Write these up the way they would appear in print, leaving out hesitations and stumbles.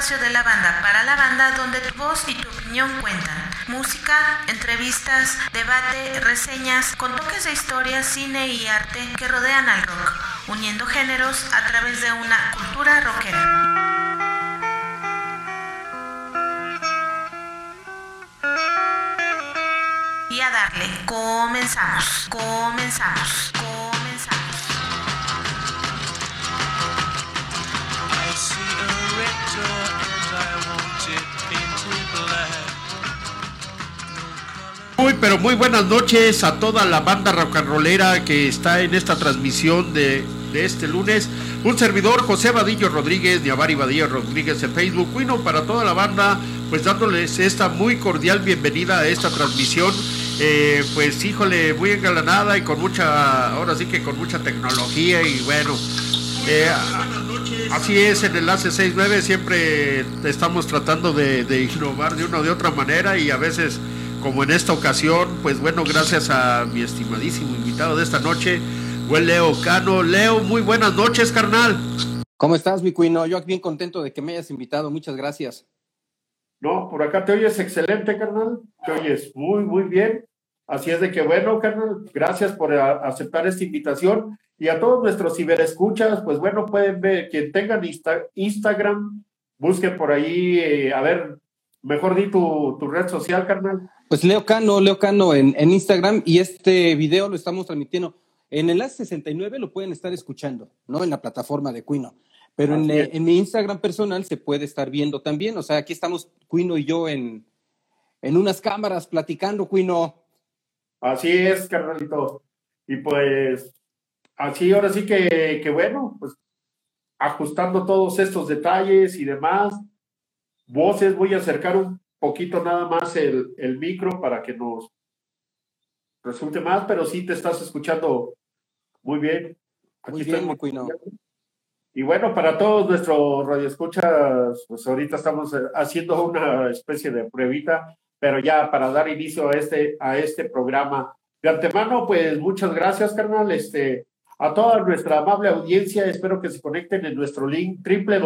espacio de la banda para la banda donde tu voz y tu opinión cuentan. Música, entrevistas, debate, reseñas, con toques de historia, cine y arte que rodean al rock, uniendo géneros a través de una cultura rockera. Y a darle, comenzamos. Pero muy buenas noches a toda la banda rock and rollera que está en esta transmisión de este lunes. Un servidor, José Vadillo Rodríguez, Diavari Vadillo Rodríguez en Facebook. Bueno, para toda la banda, pues dándoles esta muy cordial bienvenida a esta transmisión. Pues híjole, muy engalanada y con mucha, ahora sí que con mucha tecnología y bueno. Así es, en Enlace 69 siempre estamos tratando de innovar de una o de otra manera y a veces, como en esta ocasión, pues bueno, gracias a mi estimadísimo invitado de esta noche, buen Leo Cano. Leo, muy buenas noches, carnal. ¿Cómo estás, mi cuino? Yo bien contento de que me hayas invitado, muchas gracias. No, por acá te oyes excelente, carnal, te oyes muy, muy bien. Así es de que bueno, carnal, gracias por aceptar esta invitación. Y a todos nuestros ciberescuchas, pues bueno, pueden ver, quien tengan Instagram, busquen por ahí, a ver, mejor di tu red social, carnal. Pues Leo Cano en Instagram, y este video lo estamos transmitiendo en Enlace 69, lo pueden estar escuchando, ¿no? En la plataforma de Cuino. Pero en mi Instagram personal se puede estar viendo también. O sea, aquí estamos Cuino y yo en unas cámaras platicando, Cuino. Así es, carnalito. Y pues, así ahora sí que bueno, pues ajustando todos estos detalles y demás. Voces, voy a acercar un poquito nada más el micro para que nos resulte más, pero sí te estás escuchando muy bien. Aquí muy bien, Cuino. Y bueno, para todos nuestros radioescuchas, pues ahorita estamos haciendo una especie de pruebita, pero ya para dar inicio a este programa. De antemano, pues muchas gracias, carnal. A toda nuestra amable audiencia, espero que se conecten en nuestro link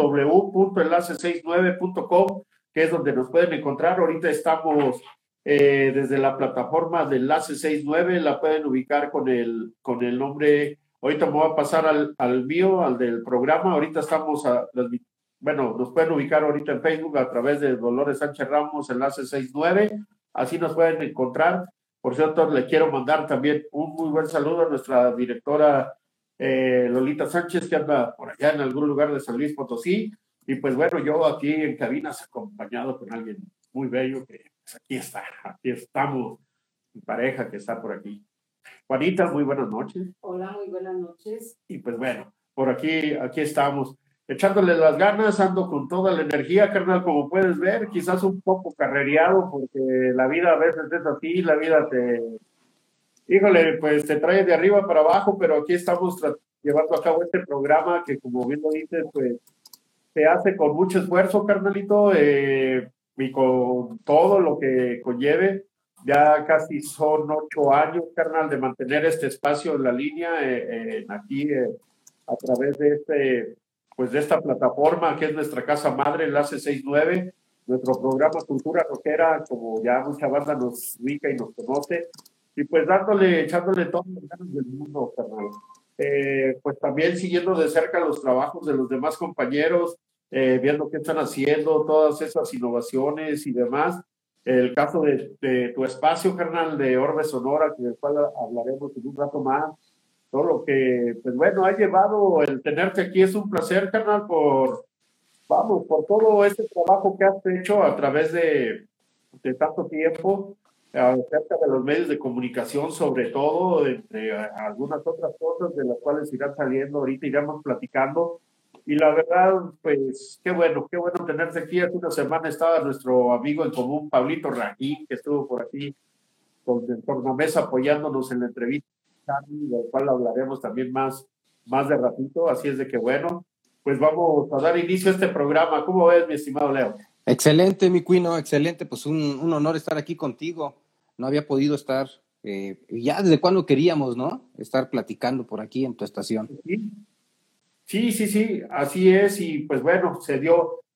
www.enlace69.com, que es donde nos pueden encontrar. Ahorita estamos desde la plataforma de Enlace 69, la pueden ubicar con el nombre. Ahorita me voy a pasar al mío, al del programa. Ahorita estamos, nos pueden ubicar ahorita en Facebook a través de Dolores Sánchez Ramos, Enlace 69. Así nos pueden encontrar. Por cierto, le quiero mandar también un muy buen saludo a nuestra directora Lolita Sánchez, que anda por allá en algún lugar de San Luis Potosí. Y pues bueno, yo aquí en cabinas acompañado con alguien muy bello que pues aquí estamos, mi pareja que está por aquí. Juanita, muy buenas noches. Hola, muy buenas noches. Y pues bueno, por aquí estamos, echándole las ganas, ando con toda la energía, carnal, como puedes ver, quizás un poco carrereado, porque la vida a veces es así, la vida pues te trae de arriba para abajo, pero aquí estamos llevando a cabo este programa que, como bien lo dices, pues se hace con mucho esfuerzo, carnalito, y con todo lo que conlleve. Ya casi son 8 años, carnal, de mantener este espacio en la línea, aquí a través de de esta plataforma que es nuestra casa madre, Enlace 69, nuestro programa Cultura Rockera, como ya mucha banda nos ubica y nos conoce, y pues echándole todas las ganas del mundo, carnal. Pues también siguiendo de cerca los trabajos de los demás compañeros, viendo qué están haciendo, todas esas innovaciones y demás. El caso de tu espacio, carnal, de Orbe Sonora, que del cual hablaremos en un rato más. Todo lo que, pues bueno, ha llevado el tenerte aquí. Es un placer, carnal, por todo este trabajo que has hecho a través de tanto tiempo, acerca de los medios de comunicación, sobre todo, entre algunas otras cosas de las cuales irán saliendo, ahorita iremos platicando. Y la verdad, pues, qué bueno tenerte aquí. Hace una semana estaba nuestro amigo en común, Pablito Rajín, que estuvo por aquí con el tornamesa apoyándonos en la entrevista, del cual hablaremos también más de ratito. Así es de que, bueno, pues vamos a dar inicio a este programa. ¿Cómo ves, mi estimado Leo? Excelente, mi cuino, excelente. Pues un honor estar aquí contigo. No había podido estar, ya desde cuando queríamos, ¿no? Estar platicando por aquí en tu estación. Sí, así es. Y pues bueno, se dio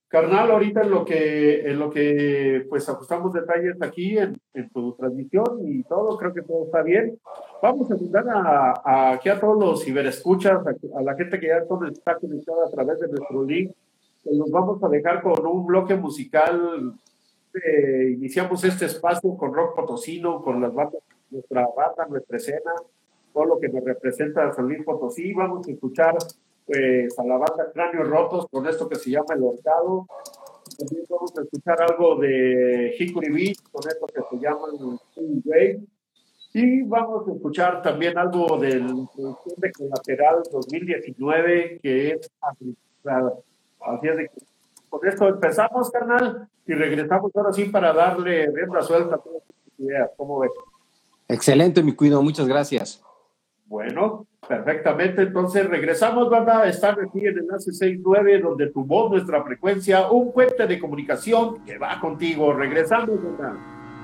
Carnal, ahorita en lo que pues ajustamos detalles aquí en tu transmisión y todo, creo que todo está bien. Vamos a mandar aquí a todos los ciberescuchas, a la gente que ya está conectada a través de nuestro link. Los vamos a dejar con un bloque musical. Iniciamos este espacio con rock potosino, con las bandas, nuestra banda, nuestra escena, todo lo que nos representa San Luis Potosí. Vamos a escuchar pues a la banda Cráneos Rotos con esto que se llama El Horcado. También vamos a escuchar algo de Hickory Beach con esto que se llama El Wave. Y vamos a escuchar también algo del producción de Colateral 2019 que es Africada. Así es de que con esto empezamos, carnal, y regresamos ahora sí para darle rienda suelta a todas tus ideas. ¿Cómo ves? Excelente, mi cuido, muchas gracias. Bueno, perfectamente. Entonces regresamos, banda. Están aquí en Enlace 69, donde tu voz, nuestra frecuencia, un puente de comunicación que va contigo. Regresamos, banda.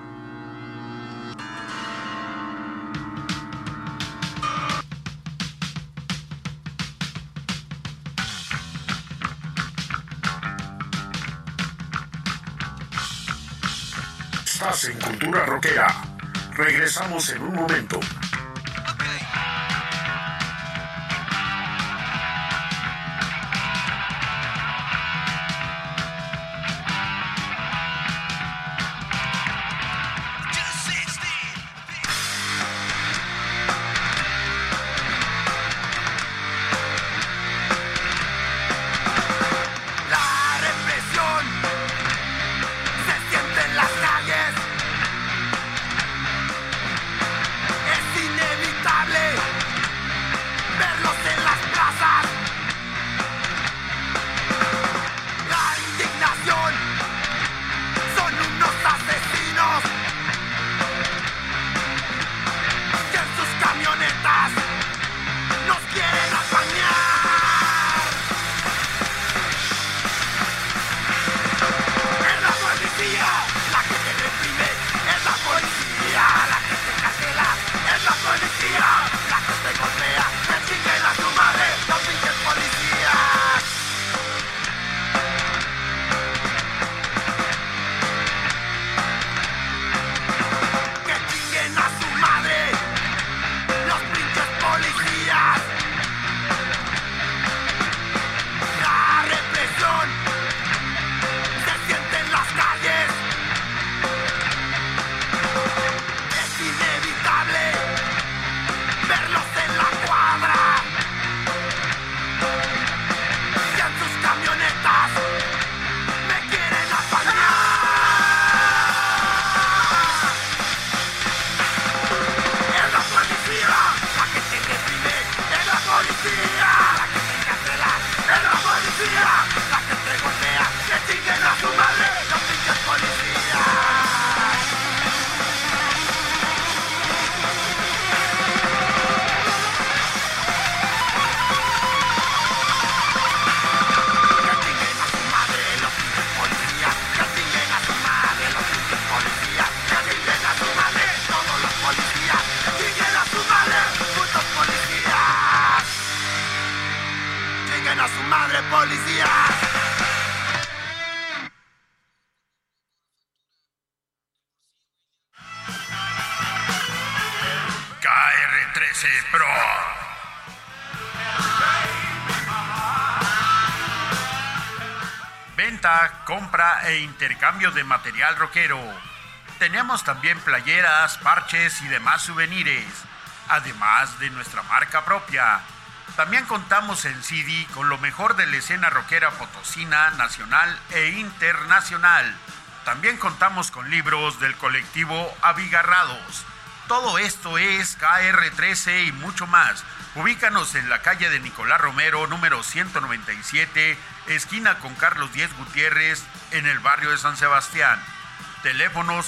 Estás en Cultura Rockera. Regresamos en un momento. KR13 Pro. Venta, compra e intercambio de material rockero. Tenemos también playeras, parches y demás souvenirs, además de nuestra marca propia. También contamos en CD con lo mejor de la escena rockera potosina, nacional e internacional. También contamos con libros del colectivo Abigarrados. Todo esto es KR13 y mucho más. Ubícanos en la calle de Nicolás Romero, número 197, esquina con Carlos Díez Gutiérrez, en el barrio de San Sebastián. Teléfonos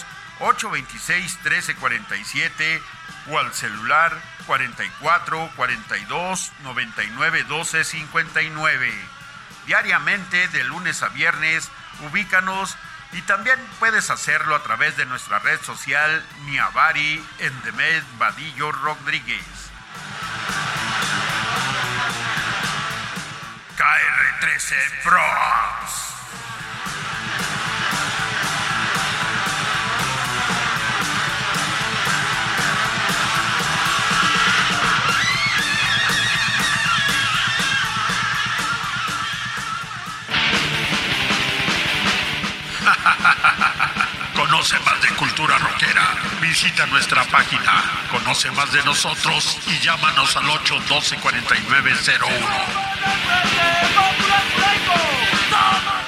826-1347 o al celular 44 42 99 12 59. Diariamente, de lunes a viernes, ubícanos. Y también puedes hacerlo a través de nuestra red social Niavari Endemed Vadillo Rodríguez. KR13 Pros. Visita nuestra página, conoce más de nosotros y llámanos al 812-4901.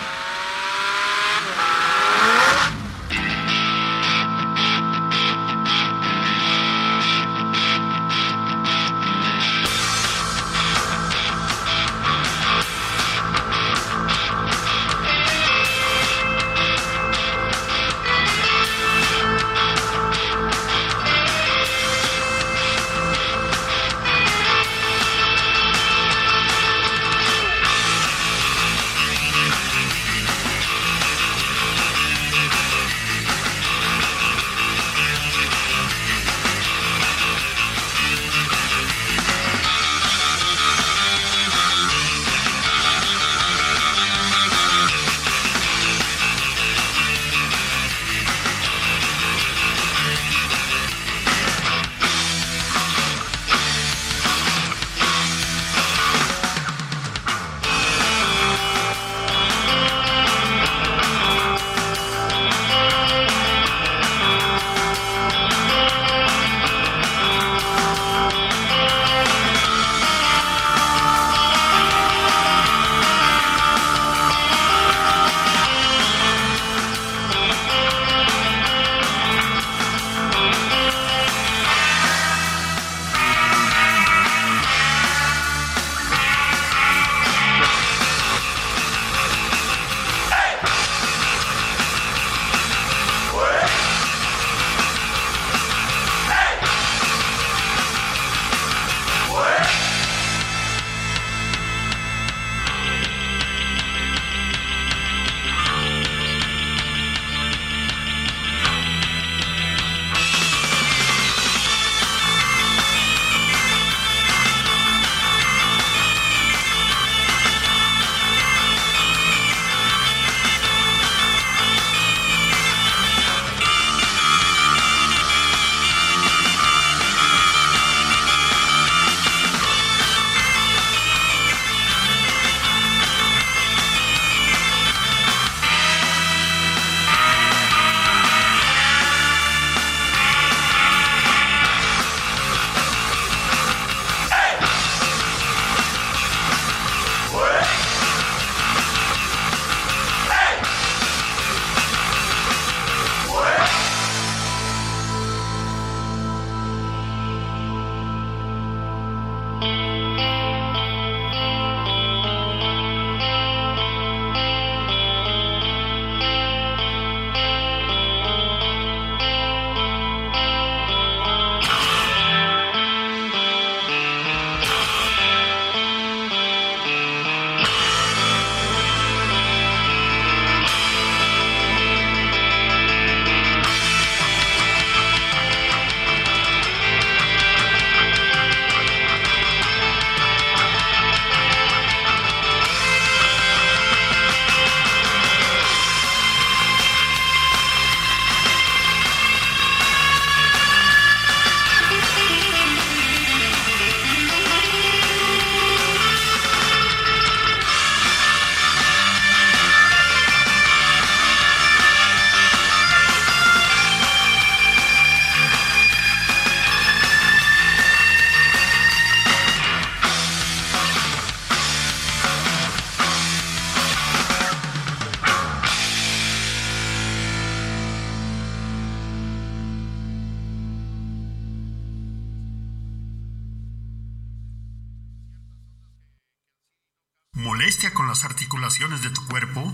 ¿Molestia con las articulaciones de tu cuerpo?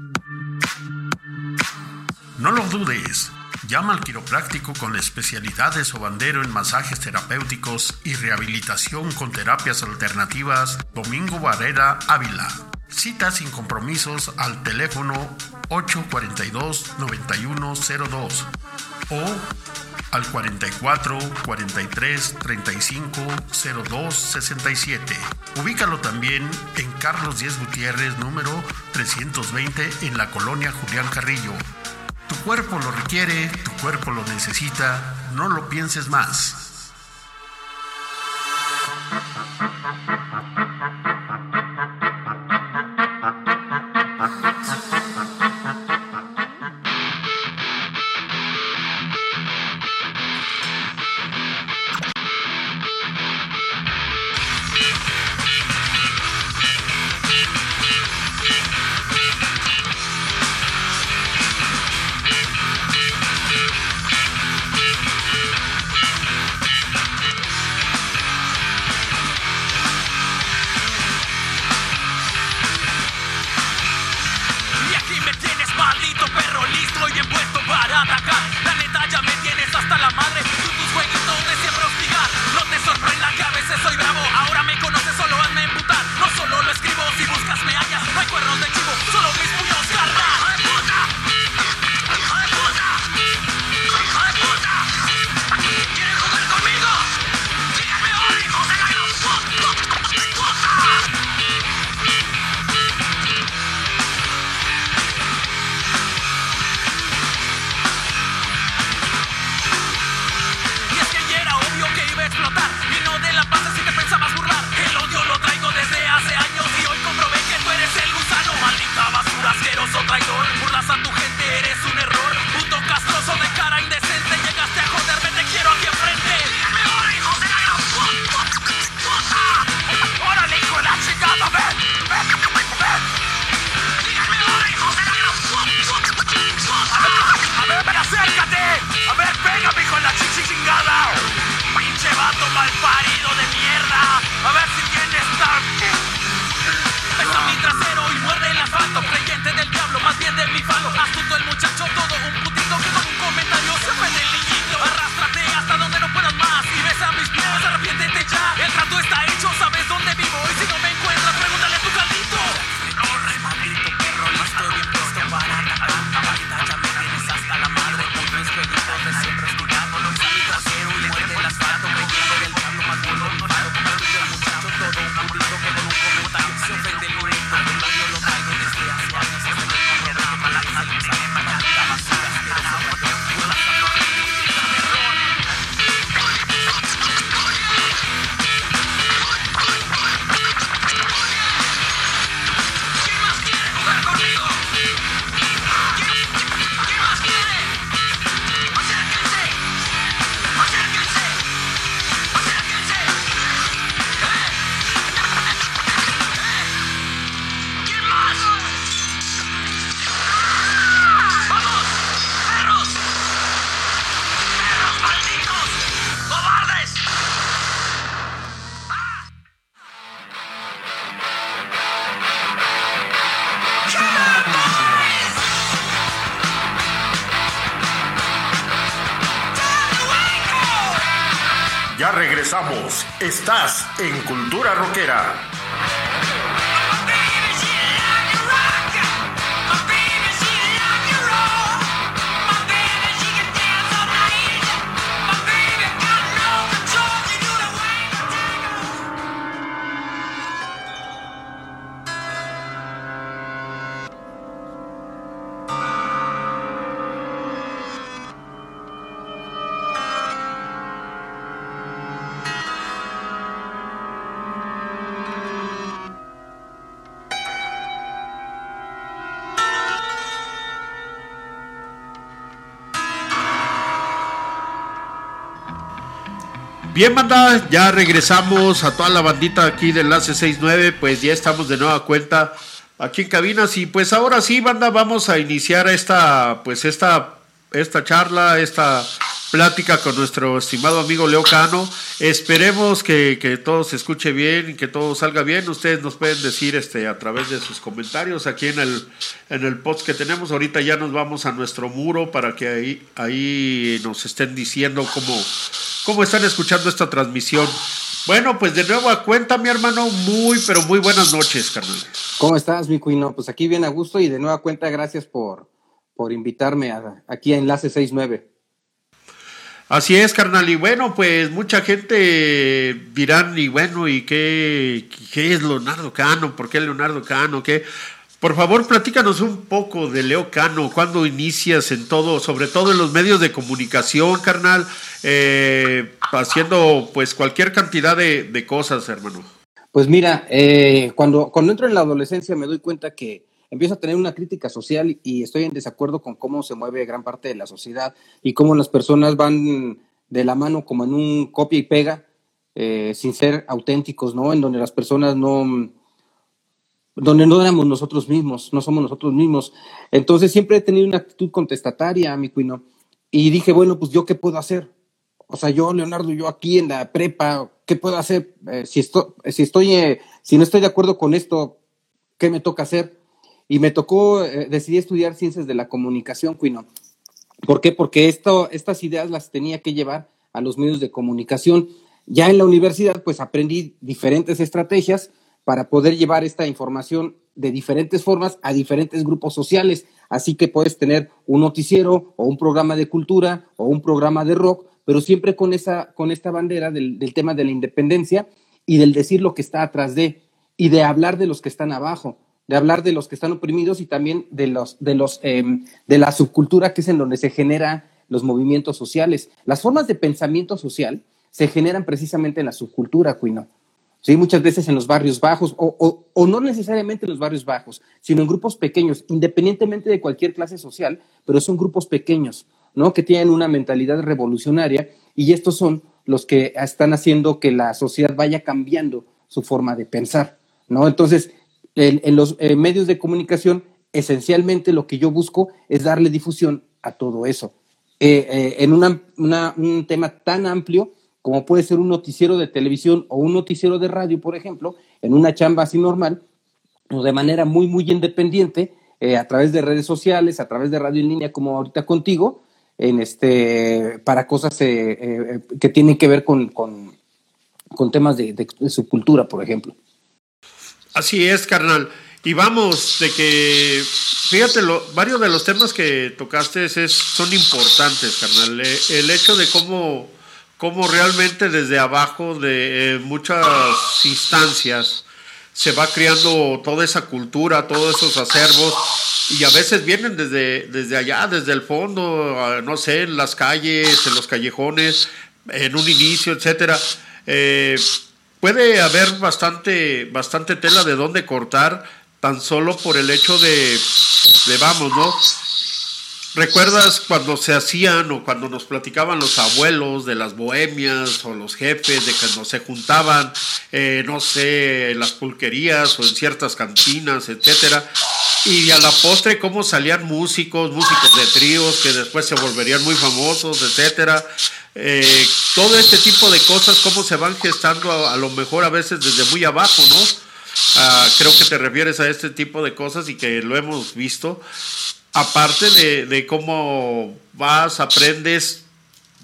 No lo dudes. Llama al quiropráctico con la especialidad de sobandero en masajes terapéuticos y rehabilitación con terapias alternativas, Domingo Barrera Ávila. Cita sin compromisos al teléfono 842-9102 o al 44 43 35 02 67. Ubícalo también en Carlos Díez Gutiérrez, número 320, en la colonia Julián Carrillo. Tu cuerpo lo requiere, tu cuerpo lo necesita, no lo pienses más. Ya regresamos. Estás en Cultura Rockera. Bien, banda, ya regresamos a toda la bandita aquí de Enlace 69, pues ya estamos de nueva cuenta aquí en cabinas y pues ahora sí, banda, vamos a iniciar esta charla, esta plática con nuestro estimado amigo Leo Cano. Esperemos que todo se escuche bien y que todo salga bien. Ustedes nos pueden decir a través de sus comentarios aquí en el post que tenemos. Ahorita ya nos vamos a nuestro muro para que ahí nos estén diciendo cómo están escuchando esta transmisión. Bueno, pues de nuevo a cuenta, mi hermano, pero muy buenas noches, carnal. ¿Cómo estás, mi cuino? Pues aquí bien a gusto y de nueva cuenta, gracias por invitarme aquí a Enlace 69. Así es, carnal, y bueno, pues mucha gente dirán, y bueno, ¿y qué es Leonardo Cano? ¿Por qué Leonardo Cano? ¿Qué? Por favor, platícanos un poco de Leo Cano. ¿Cuándo inicias en todo, sobre todo en los medios de comunicación, carnal? Haciendo pues cualquier cantidad de cosas, hermano. Pues mira, cuando entro en la adolescencia me doy cuenta que empiezo a tener una crítica social y estoy en desacuerdo con cómo se mueve gran parte de la sociedad y cómo las personas van de la mano como en un copia y pega, sin ser auténticos, ¿no? En donde las personas donde no éramos nosotros mismos, no somos nosotros mismos. Entonces siempre he tenido una actitud contestataria, mi cuino, y dije, bueno, pues ¿yo qué puedo hacer? O sea, yo, Leonardo, yo aquí en la prepa, ¿qué puedo hacer? Si no estoy de acuerdo con esto, ¿qué me toca hacer? Y me tocó, decidí estudiar ciencias de la comunicación, cuino. ¿Por qué? Porque estas ideas las tenía que llevar a los medios de comunicación. Ya en la universidad, pues aprendí diferentes estrategias para poder llevar esta información de diferentes formas a diferentes grupos sociales. Así que puedes tener un noticiero o un programa de cultura o un programa de rock, pero siempre con esta bandera del tema de la independencia y del decir lo que está atrás y de hablar de los que están abajo, de hablar de los que están oprimidos y también de la subcultura, que es en donde se generan los movimientos sociales. Las formas de pensamiento social se generan precisamente en la subcultura, cuino. Sí, muchas veces en los barrios bajos, o no necesariamente en los barrios bajos, sino en grupos pequeños, independientemente de cualquier clase social, pero son grupos pequeños, ¿no? Que tienen una mentalidad revolucionaria, y estos son los que están haciendo que la sociedad vaya cambiando su forma de pensar, ¿no? Entonces, en los medios de comunicación, esencialmente lo que yo busco es darle difusión a todo eso. En un tema tan amplio como puede ser un noticiero de televisión o un noticiero de radio, por ejemplo, en una chamba así normal, o de manera muy, muy independiente, a través de redes sociales, a través de radio en línea, como ahorita contigo, para cosas que tienen que ver con temas de subcultura, por ejemplo. Así es, carnal. Y vamos, de que, fíjate, varios de los temas que tocaste son importantes, carnal. El hecho de cómo realmente desde abajo de muchas instancias se va creando toda esa cultura, todos esos acervos, y a veces vienen desde allá, desde el fondo, no sé, en las calles, en los callejones, en un inicio, etcétera. Puede haber bastante tela de dónde cortar, tan solo por el hecho de vamos, ¿no? ¿Recuerdas cuando se hacían o cuando nos platicaban los abuelos de las bohemias o los jefes de que se juntaban, no sé, en las pulquerías o en ciertas cantinas, etcétera? Y a la postre cómo salían músicos de tríos que después se volverían muy famosos, etcétera. Todo este tipo de cosas, cómo se van gestando a lo mejor a veces desde muy abajo, ¿no? Creo que te refieres a este tipo de cosas y que lo hemos visto. Aparte de cómo aprendes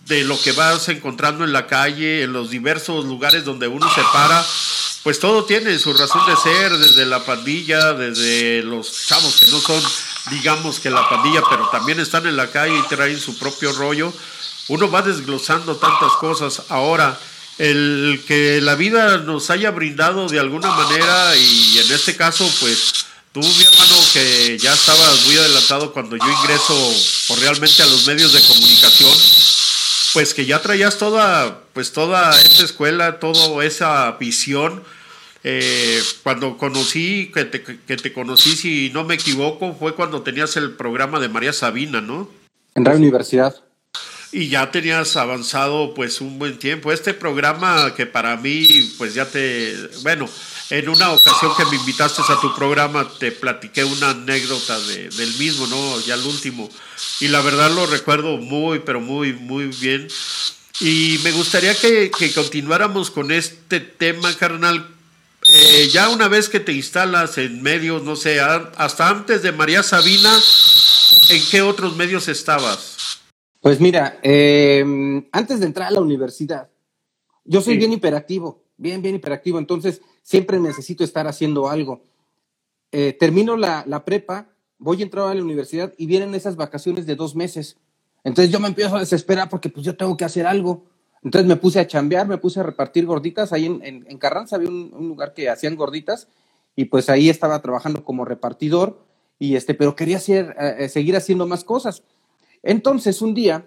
de lo que vas encontrando en la calle, en los diversos lugares donde uno se para, pues todo tiene su razón de ser, desde la pandilla, desde los chavos que no son, digamos que la pandilla, pero también están en la calle y traen su propio rollo. Uno va desglosando tantas cosas. Ahora, el que la vida nos haya brindado de alguna manera, y en este caso, pues tú, mi hermano, que ya estabas muy adelantado cuando yo ingreso realmente a los medios de comunicación, pues que ya traías toda esta escuela, toda esa visión. Cuando que te conocí, si no me equivoco, fue cuando tenías el programa de María Sabina, ¿no? En Radio Universidad. Y ya tenías avanzado pues un buen tiempo. Este programa que para mí, pues bueno, en una ocasión que me invitaste a tu programa, te platiqué una anécdota del mismo, ¿no? Ya el último. Y la verdad lo recuerdo muy, pero muy, muy bien. Y me gustaría que continuáramos con este tema, carnal. Ya una vez que te instalas en medios, no sé, hasta antes de María Sabina, ¿en qué otros medios estabas? Pues mira, antes de entrar a la universidad, yo soy bien hiperactivo, bien hiperactivo, entonces siempre necesito estar haciendo algo. Termino la prepa, voy a entrar a la universidad y vienen esas vacaciones de 2 meses. Entonces yo me empiezo a desesperar porque pues yo tengo que hacer algo. Entonces me puse a chambear, me puse a repartir gorditas. Ahí en Carranza había un lugar que hacían gorditas y pues ahí estaba trabajando como repartidor, pero quería seguir haciendo más cosas. Entonces un día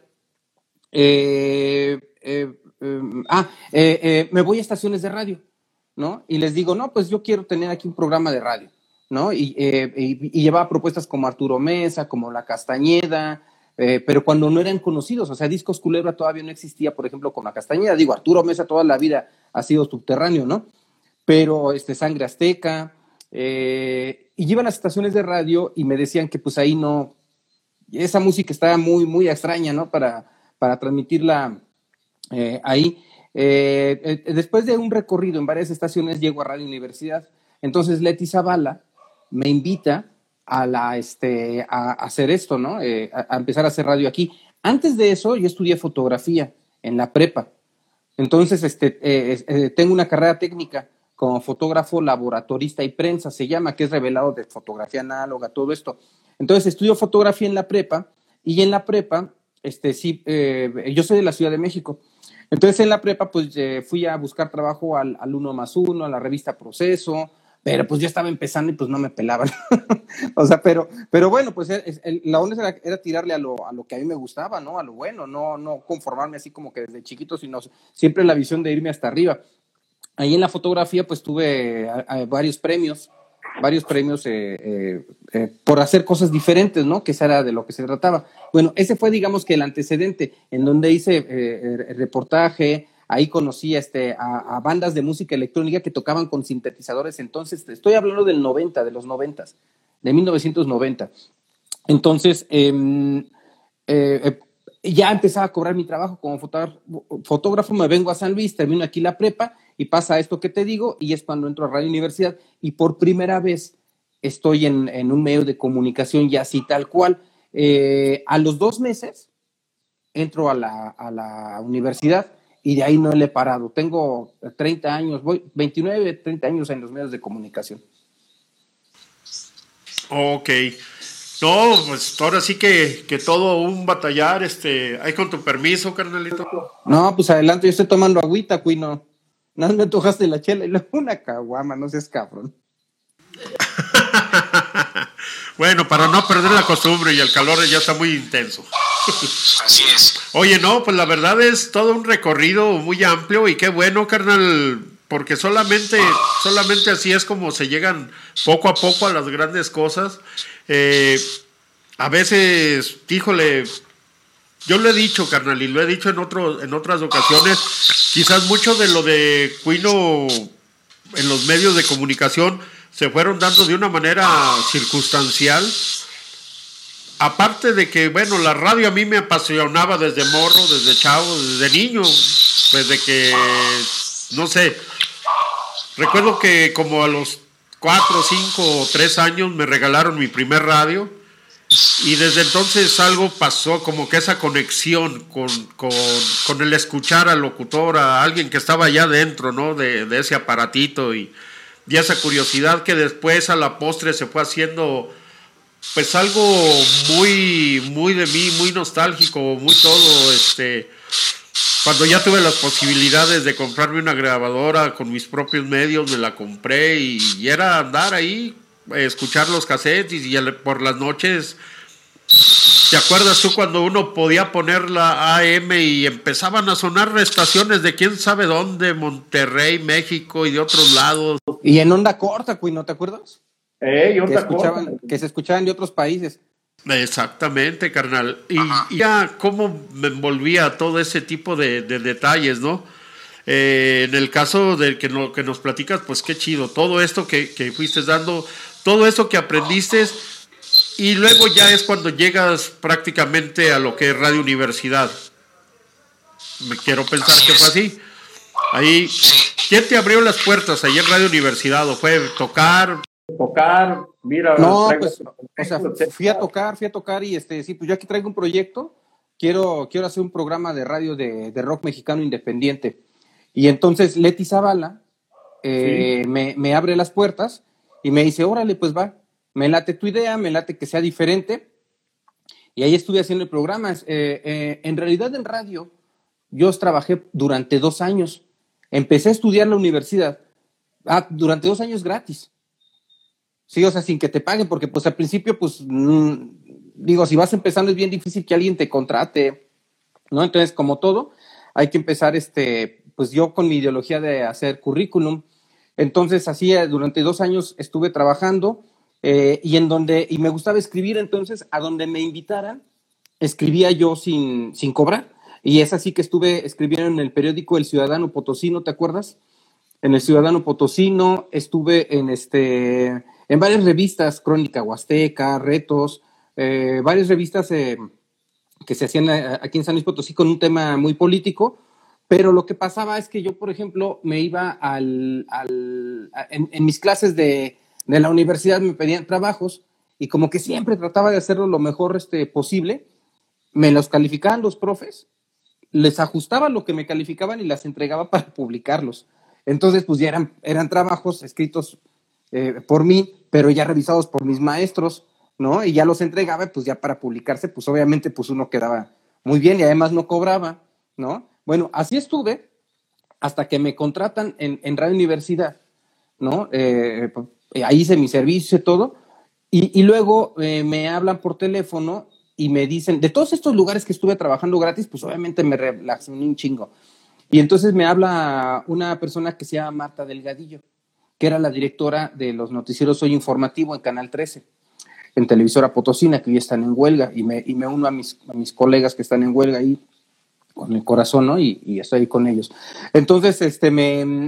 me voy a estaciones de radio, ¿no? Y les digo, no, pues yo quiero tener aquí un programa de radio, ¿no? Y llevaba propuestas como Arturo Mesa, como La Castañeda, pero cuando no eran conocidos, o sea, Discos Culebra todavía no existía, por ejemplo, con La Castañeda. Digo, Arturo Mesa toda la vida ha sido subterráneo, ¿no? Pero Sangre Azteca, y iba a las estaciones de radio y me decían que pues ahí no, esa música estaba muy, muy extraña, ¿no? Para transmitirla ahí. Después de un recorrido en varias estaciones, llego a Radio Universidad. Entonces Leti Zavala me invita a hacer esto, ¿no? A empezar a hacer radio aquí. Antes de eso, yo estudié fotografía en la prepa. Entonces, tengo una carrera técnica como fotógrafo, laboratorista y prensa, se llama, que es revelado de fotografía análoga, todo esto. Entonces, estudio fotografía en la prepa, y en la prepa, yo soy de la Ciudad de México. Entonces, en la prepa, pues, fui a buscar trabajo al 1+1, a la revista Proceso, pero pues yo estaba empezando y pues no me pelaban. O sea, pero bueno, pues la onda era tirarle a lo que a mí me gustaba, ¿no? A lo bueno, no conformarme así como que desde chiquito, sino siempre la visión de irme hasta arriba. Ahí en la fotografía pues tuve varios premios por hacer cosas diferentes, ¿no? Que esa era de lo que se trataba. Bueno, ese fue, digamos, que el antecedente en donde hice reportaje. Ahí conocí a bandas de música electrónica que tocaban con sintetizadores. Entonces, estoy hablando de los 90, de 1990. Entonces, ya empezaba a cobrar mi trabajo como fotógrafo. Me vengo a San Luis, termino aquí la prepa y pasa esto que te digo, y es cuando entro a Radio Universidad y por primera vez estoy en un medio de comunicación ya así tal cual. A los 2 meses entro a la universidad. Y de ahí no le he parado. Tengo 30 años, 29, 30 años en los medios de comunicación. Ok. No, pues ahora sí que todo un batallar, ahí con tu permiso, carnalito. No, pues adelante, yo estoy tomando agüita, Cuino. Nada más me antojaste la chela y luego una caguama, no seas cabrón. Bueno, para no perder la costumbre, y el calor ya está muy intenso. Así es. Oye, no, pues la verdad es todo un recorrido muy amplio, y qué bueno, carnal, porque solamente así es como se llegan poco a poco a las grandes cosas. A veces, híjole, yo lo he dicho, carnal, y lo he dicho en otras ocasiones, quizás mucho de lo de Cuino en los medios de comunicación se fueron dando de una manera circunstancial. Aparte de que, bueno, la radio a mí me apasionaba desde morro, desde chavo, desde niño, desde que, no sé, recuerdo que como a los 4, 5 o 3 años me regalaron mi primer radio, Y desde entonces algo pasó, como que esa conexión con el escuchar al locutor, a alguien que estaba allá dentro, ¿no? De ese aparatito y esa curiosidad que después a la postre se fue haciendo pues algo muy, muy de mí, muy nostálgico, muy todo, cuando ya tuve las posibilidades de comprarme una grabadora con mis propios medios, me la compré y era andar ahí, escuchar los cassettes y por las noches. ¿Te acuerdas tú cuando uno podía poner la AM y empezaban a sonar estaciones de quién sabe dónde, Monterrey, México y de otros lados? Y en onda corta, güey, ¿no te acuerdas? Onda corta. Que se escuchaban de otros países. Exactamente, carnal. Y ya cómo me envolvía todo ese tipo de detalles, ¿no? En el caso del que nos platicas, pues qué chido. Todo esto que fuiste dando, todo eso que aprendiste. Y luego ya es cuando llegas prácticamente a lo que es Radio Universidad. Me quiero pensar que fue así. Ahí, ¿quién te abrió las puertas ahí en Radio Universidad? ¿O fue tocar? Mira. No, pues, o sea, fui a tocar y sí, pues yo aquí traigo un proyecto. Quiero hacer un programa de radio de rock mexicano independiente. Y entonces Leti Zavala me abre las puertas y me dice, órale, pues va. Me late tu idea, me late que sea diferente. Y ahí estuve haciendo el programa. En realidad en radio, yo trabajé durante 2 años. Empecé a estudiar en la universidad. Durante 2 años gratis. Sí, o sea, sin que te paguen, porque pues al principio, pues, digo, si vas empezando es bien difícil que alguien te contrate, ¿no? Entonces, como todo, hay que empezar, pues yo con mi ideología de hacer currículum. Entonces, así durante 2 años estuve trabajando. Y me gustaba escribir, entonces a donde me invitaran escribía yo sin cobrar, y es así que estuve escribiendo en el periódico El Ciudadano Potosino, ¿te acuerdas? En El Ciudadano Potosino estuve en varias revistas, Crónica Huasteca, Retos, varias revistas que se hacían aquí en San Luis Potosí con un tema muy político, pero lo que pasaba es que yo, por ejemplo, me iba en mis clases de la universidad me pedían trabajos y como que siempre trataba de hacerlo lo mejor posible, me los calificaban los profes, les ajustaba lo que me calificaban y las entregaba para publicarlos. Entonces, pues ya eran trabajos escritos por mí, pero ya revisados por mis maestros, ¿no? Y ya los entregaba, pues ya para publicarse, pues obviamente pues uno quedaba muy bien y además no cobraba, ¿no? Bueno, así estuve hasta que me contratan en Radio Universidad, ¿no? Ahí hice mi servicio y todo, y luego me hablan por teléfono y me dicen, de todos estos lugares que estuve trabajando gratis, pues obviamente me relacioné un chingo. Y entonces me habla una persona que se llama Marta Delgadillo, que era la directora de los noticieros Hoy Informativo en Canal 13, en Televisora Potosina, que hoy están en huelga, y me uno a mis colegas que están en huelga ahí con el corazón, ¿no? Y estoy ahí con ellos. Entonces, me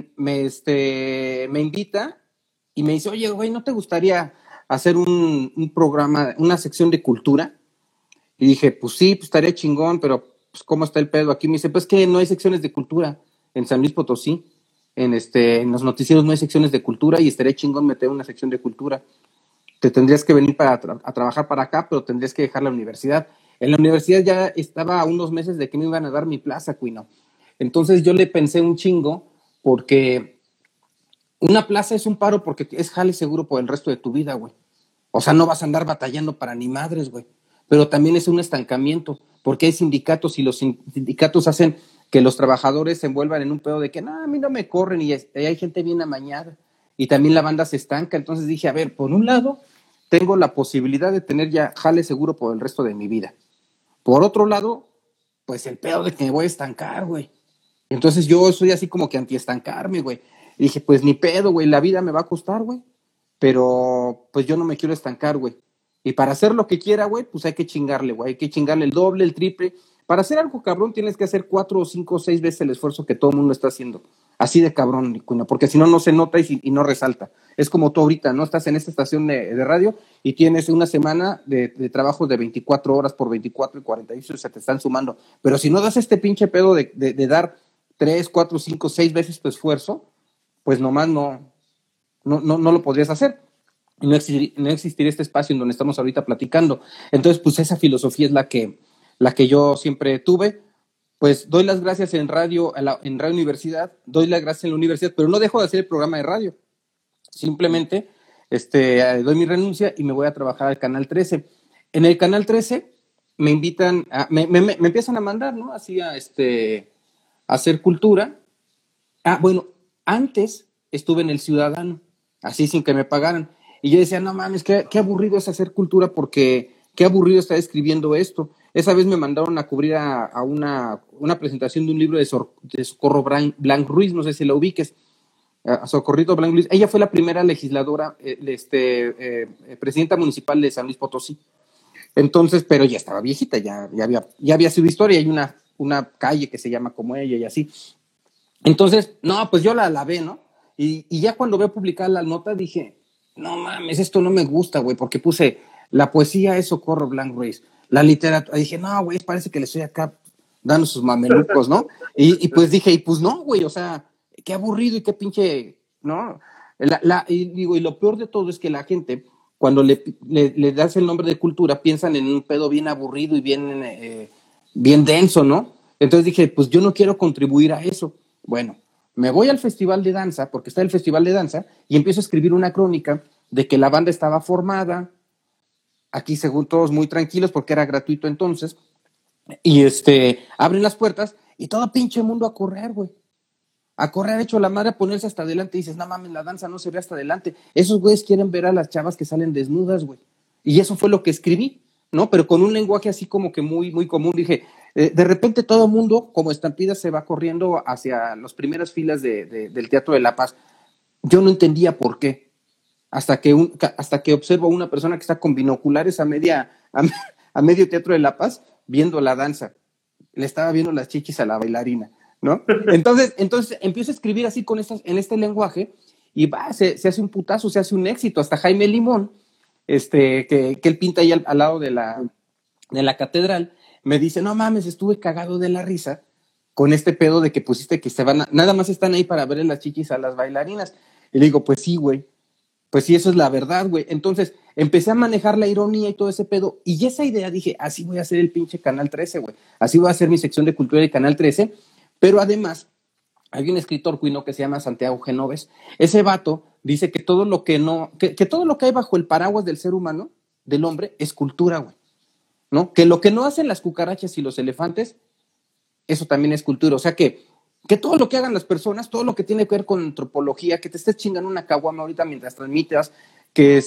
invita y me dice, oye, güey, ¿no te gustaría hacer un programa, una sección de cultura? Y dije, pues sí, pues estaría chingón, pero pues ¿cómo está el pedo aquí? Me dice, pues que no hay secciones de cultura en San Luis Potosí. En los noticieros no hay secciones de cultura y estaría chingón meter una sección de cultura. Te tendrías que venir a trabajar para acá, pero tendrías que dejar la universidad. En la universidad ya estaba a unos meses de que me iban a dar mi plaza, Cuino. Entonces yo le pensé un chingo, porque una plaza es un paro porque es jale seguro por el resto de tu vida, güey. O sea, no vas a andar batallando para ni madres, güey. Pero también es un estancamiento, porque hay sindicatos y los sindicatos hacen que los trabajadores se envuelvan en un pedo de que, no, a mí no me corren y hay gente bien amañada. Y también la banda se estanca. Entonces dije, a ver, por un lado, tengo la posibilidad de tener ya jale seguro por el resto de mi vida. Por otro lado, pues el pedo de que me voy a estancar, güey. Entonces yo soy así como que anti-estancarme, güey. Y dije, pues ni pedo, güey, la vida me va a costar, güey. Pero pues yo no me quiero estancar, güey. Y para hacer lo que quiera, güey, pues hay que chingarle, güey. Hay que chingarle el doble, el triple. Para hacer algo cabrón tienes que hacer 4 o 5 o 6 veces el esfuerzo que todo el mundo está haciendo. Así de cabrón, porque si no, no se nota y no resalta. Es como tú ahorita, ¿no? Estás en esta estación de radio y tienes una semana de trabajo de 24 horas por 24 y 48 se te están sumando. Pero si no das este pinche pedo de dar 3, 4, 5, 6 veces tu esfuerzo, pues nomás no lo podrías hacer. y no existiría este espacio en donde estamos ahorita platicando. Entonces, pues esa filosofía es la que yo siempre tuve. Pues doy las gracias en Radio Universidad, doy las gracias en la universidad, pero no dejo de hacer el programa de radio. Simplemente doy mi renuncia y me voy a trabajar al Canal 13. En el Canal 13 me invitan, me empiezan a mandar, ¿no? Así a hacer cultura. Bueno, antes estuve en El Ciudadano, así sin que me pagaran. Y yo decía, no mames, qué aburrido es hacer cultura, porque qué aburrido estar escribiendo esto. Esa vez me mandaron a cubrir a una presentación de un libro de Socorro Blanc Ruiz, no sé si la ubiques, a Socorrito Blanc Ruiz. Ella fue la primera legisladora, presidenta municipal de San Luis Potosí. Entonces, pero ya estaba viejita, ya había sido historia, hay una calle que se llama como ella y así. Entonces, no, pues yo la alabé, ¿no? Y ya cuando veo publicar la nota dije, no mames, esto no me gusta, güey, porque puse, la poesía es Socorro Blanc Ruiz, la literatura, dije, no, güey, parece que le estoy acá dando sus mamelucos, ¿no? Y pues dije, y pues no, güey, o sea, qué aburrido y qué pinche, ¿no? Y lo peor de todo es que la gente, cuando le das el nombre de cultura, piensan en un pedo bien aburrido y bien denso, ¿no? Entonces dije, pues yo no quiero contribuir a eso. Bueno, me voy al festival de danza, porque está el festival de danza, y empiezo a escribir una crónica de que la banda estaba formada, aquí según todos muy tranquilos, porque era gratuito entonces, y abren las puertas, y todo pinche mundo a correr, güey. A correr hecho la madre, a ponerse hasta adelante, y dices, no mames, la danza no se ve hasta adelante. Esos güeyes quieren ver a las chavas que salen desnudas, güey. Y eso fue lo que escribí, ¿no? Pero con un lenguaje así como que muy, muy común. Dije, de repente todo el mundo, como estampida, se va corriendo hacia las primeras filas del Teatro de la Paz. Yo no entendía por qué. Hasta que observo a una persona que está con binoculares a medio Teatro de la Paz viendo la danza. Le estaba viendo las chichis a la bailarina, ¿no? Entonces empiezo a escribir así en este lenguaje y se hace un putazo, se hace un éxito. Hasta Jaime Limón, que él pinta ahí al lado de la catedral, me dice, no mames, estuve cagado de la risa con este pedo de que pusiste que nada más están ahí para ver las chichis a las bailarinas. Y le digo, pues sí, güey, pues sí, eso es la verdad, güey. Entonces empecé a manejar la ironía y todo ese pedo, y esa idea dije, así voy a hacer el pinche Canal 13, güey. Así voy a hacer mi sección de cultura del Canal 13, pero además hay un escritor cuino que se llama Santiago Genoves. Ese vato dice que todo lo que todo lo que hay bajo el paraguas del ser humano, del hombre, es cultura, güey, ¿no? Que lo que no hacen las cucarachas y los elefantes, eso también es cultura. O sea que todo lo que hagan las personas, todo lo que tiene que ver con antropología, que te estés chingando una caguama ahorita mientras transmitas, que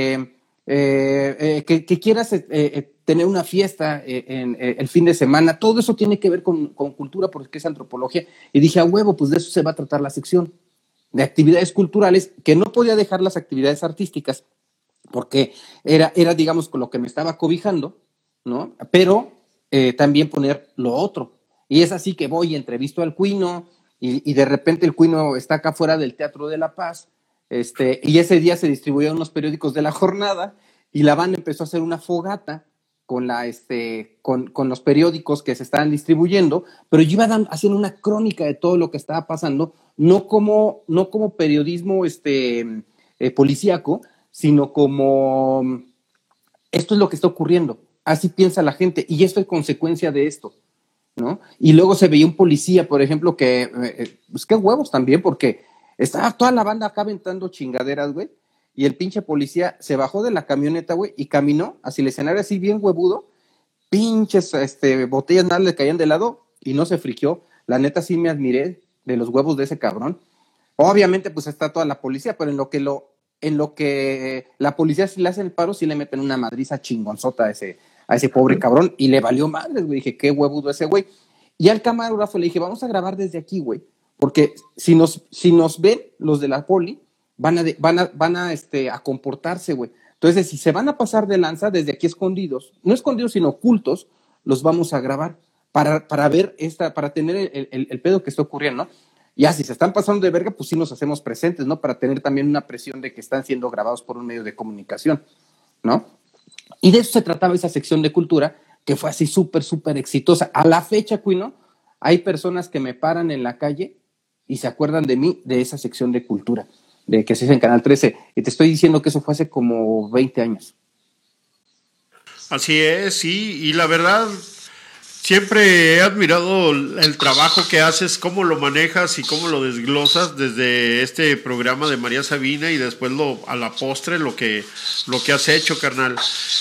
quieras tener una fiesta el fin de semana, todo eso tiene que ver con cultura, porque es antropología. Y dije, a huevo, pues de eso se va a tratar la sección de actividades culturales, que no podía dejar las actividades artísticas, porque era digamos, con lo que me estaba cobijando, ¿no? Pero también poner lo otro. Y es así que voy y entrevisto al cuino, y de repente el cuino está acá fuera del Teatro de la Paz, y ese día se distribuyeron unos periódicos de la jornada, y la banda empezó a hacer una fogata con los periódicos que se estaban distribuyendo, pero yo iba haciendo una crónica de todo lo que estaba pasando, no como periodismo policíaco, sino como esto es lo que está ocurriendo, así piensa la gente, y esto es consecuencia de esto, ¿no? Y luego se veía un policía, por ejemplo, que, pues qué huevos también, porque estaba toda la banda acá aventando chingaderas, güey, y el pinche policía se bajó de la camioneta, güey, y caminó hacia el escenario así bien huevudo, pinches botellas nada le caían de lado, y no se friqueó. La neta sí me admiré de los huevos de ese cabrón. Obviamente pues está toda la policía, pero en lo que la policía sí le hace el paro, sí le meten una madriza chingonzota a ese pobre cabrón, y le valió madres, güey. Dije, qué huevudo ese güey. Y al camarógrafo le dije, vamos a grabar desde aquí, güey, porque si nos ven los de la poli, van a comportarse, güey. Entonces, si se van a pasar de lanza desde aquí escondidos, no escondidos, sino ocultos, los vamos a grabar para ver para tener el pedo que está ocurriendo, ¿no? Ya, si se están pasando de verga, pues sí nos hacemos presentes, ¿no? Para tener también una presión de que están siendo grabados por un medio de comunicación, ¿no? Y de eso se trataba esa sección de cultura, que fue así súper, súper exitosa. A la fecha, Cuino, hay personas que me paran en la calle y se acuerdan de mí, de esa sección de cultura. de que se hizo en Canal 13. Y te estoy diciendo que eso fue hace como 20 años. Así es, sí, y la verdad, siempre he admirado el trabajo que haces, cómo lo manejas y cómo lo desglosas desde este programa de María Sabina y después a la postre lo que has hecho, carnal.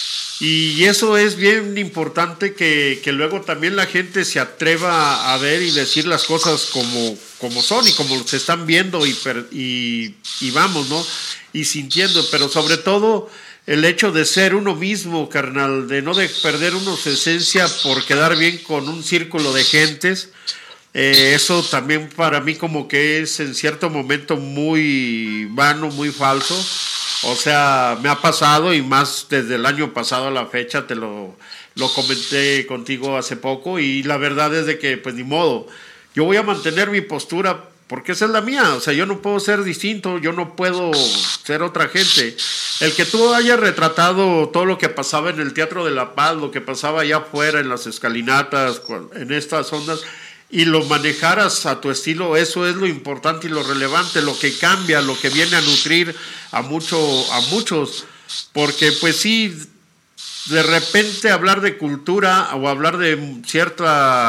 Y eso es bien importante que luego también la gente se atreva a ver y decir las cosas como son y como se están viendo y vamos, ¿no? Y sintiendo, pero sobre todo el hecho de ser uno mismo, carnal, de no de perder uno su esencia por quedar bien con un círculo de gentes. Eso también para mí como que es en cierto momento muy vano, muy falso. O sea, me ha pasado y más desde el año pasado a la fecha, te lo comenté contigo hace poco y la verdad es de que pues ni modo, yo voy a mantener mi postura porque esa es la mía, o sea, yo no puedo ser distinto, yo no puedo ser otra gente. El que tú hayas retratado todo lo que pasaba en el Teatro de la Paz, lo que pasaba allá afuera en las escalinatas, en estas ondas, y lo manejaras a tu estilo, eso es lo importante y lo relevante, lo que cambia, lo que viene a nutrir a muchos, porque pues sí, de repente hablar de cultura o hablar de cierto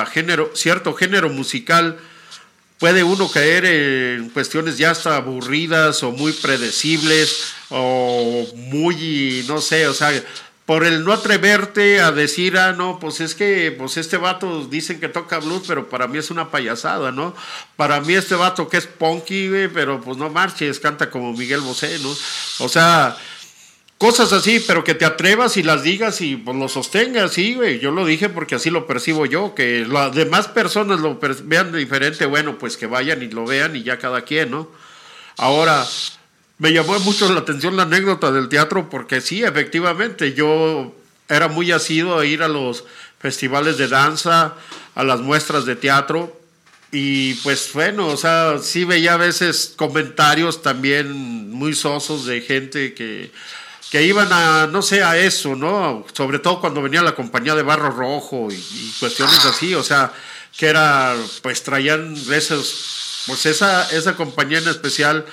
género musical, puede uno caer en cuestiones ya hasta aburridas o muy predecibles o muy, no sé, o sea, por el no atreverte a decir, no, pues es que pues este vato dicen que toca blues, pero para mí es una payasada, ¿no? Para mí este vato que es punky, güey, pero pues no marches, canta como Miguel Bosé, ¿no? O sea, cosas así, pero que te atrevas y las digas y pues lo sostengas, sí, güey. Yo lo dije porque así lo percibo yo, que las demás personas lo vean diferente, bueno, pues que vayan y lo vean y ya cada quien, ¿no? Ahora, me llamó mucho la atención la anécdota del teatro porque sí, efectivamente, yo era muy asiduo a ir a los festivales de danza, a las muestras de teatro y pues bueno, o sea, sí veía a veces comentarios también muy sosos de gente que iban a, no sé, a eso, ¿no? Sobre todo cuando venía la compañía de Barro Rojo y cuestiones así, o sea, que era, pues traían esos, pues esa compañía en especial,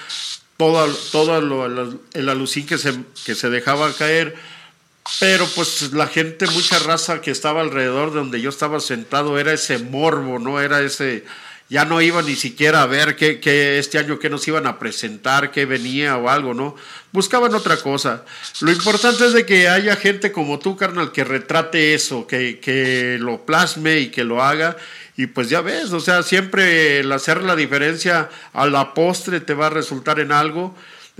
todo el alucín que se dejaba caer, pero pues la gente, mucha raza que estaba alrededor de donde yo estaba sentado, era ese morbo, ¿no? Era ese, ya no iba ni siquiera a ver qué este año qué nos iban a presentar, qué venía o algo, ¿no? Buscaban otra cosa. Lo importante es de que haya gente como tú, carnal, que retrate eso, que lo plasme y que lo haga. Y pues ya ves, o sea, siempre el hacer la diferencia a la postre te va a resultar en algo.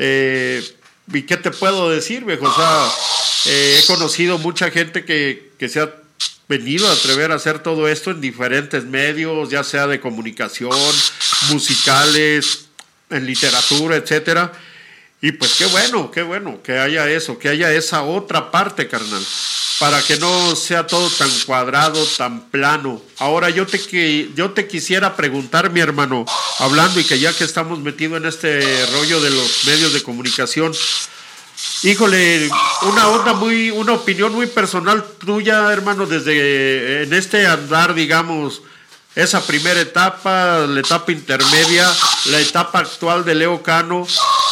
¿Y qué te puedo decir, viejo? O sea, he conocido mucha gente que se ha venido a atrever a hacer todo esto en diferentes medios, ya sea de comunicación, musicales, en literatura, etcétera. Y pues qué bueno que haya eso, que haya esa otra parte, carnal, para que no sea todo tan cuadrado, tan plano. Ahora yo te quisiera preguntar, mi hermano, hablando y que ya que estamos metidos en este rollo de los medios de comunicación, híjole, una opinión muy personal tuya, hermano, desde en este andar, digamos, esa primera etapa, la etapa intermedia, la etapa actual de Leo Cano.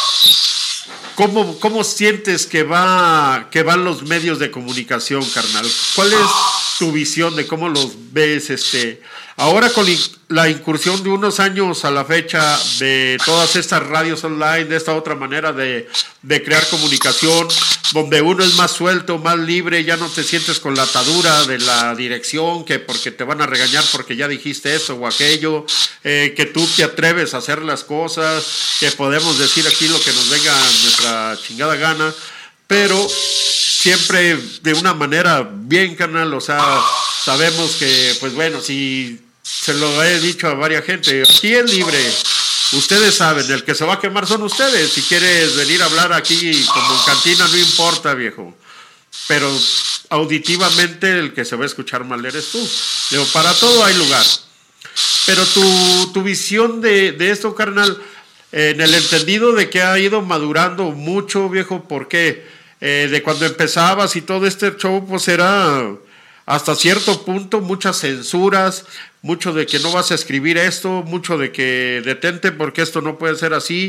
¿Cómo sientes que van los medios de comunicación, carnal? ¿Cuál es tu visión de cómo los ves? Ahora con la incursión de unos años a la fecha de todas estas radios online, de esta otra manera de crear comunicación, donde uno es más suelto, más libre, ya no te sientes con la atadura de la dirección, que porque te van a regañar porque ya dijiste eso o aquello, que tú te atreves a hacer las cosas, que podemos decir aquí lo que nos venga a nuestra chingada gana, pero siempre de una manera bien, carnal, o sea, sabemos que, pues bueno, si se lo he dicho a varias gente, aquí es libre, ustedes saben, el que se va a quemar son ustedes, si quieres venir a hablar aquí como en cantina, no importa, viejo, pero auditivamente el que se va a escuchar mal eres tú. Digo, para todo hay lugar, pero tu visión de esto, carnal, en el entendido de que ha ido madurando mucho, viejo, ¿por qué? De cuando empezabas y todo este show, pues era hasta cierto punto muchas censuras, mucho de que no vas a escribir esto, mucho de que detente porque esto no puede ser así,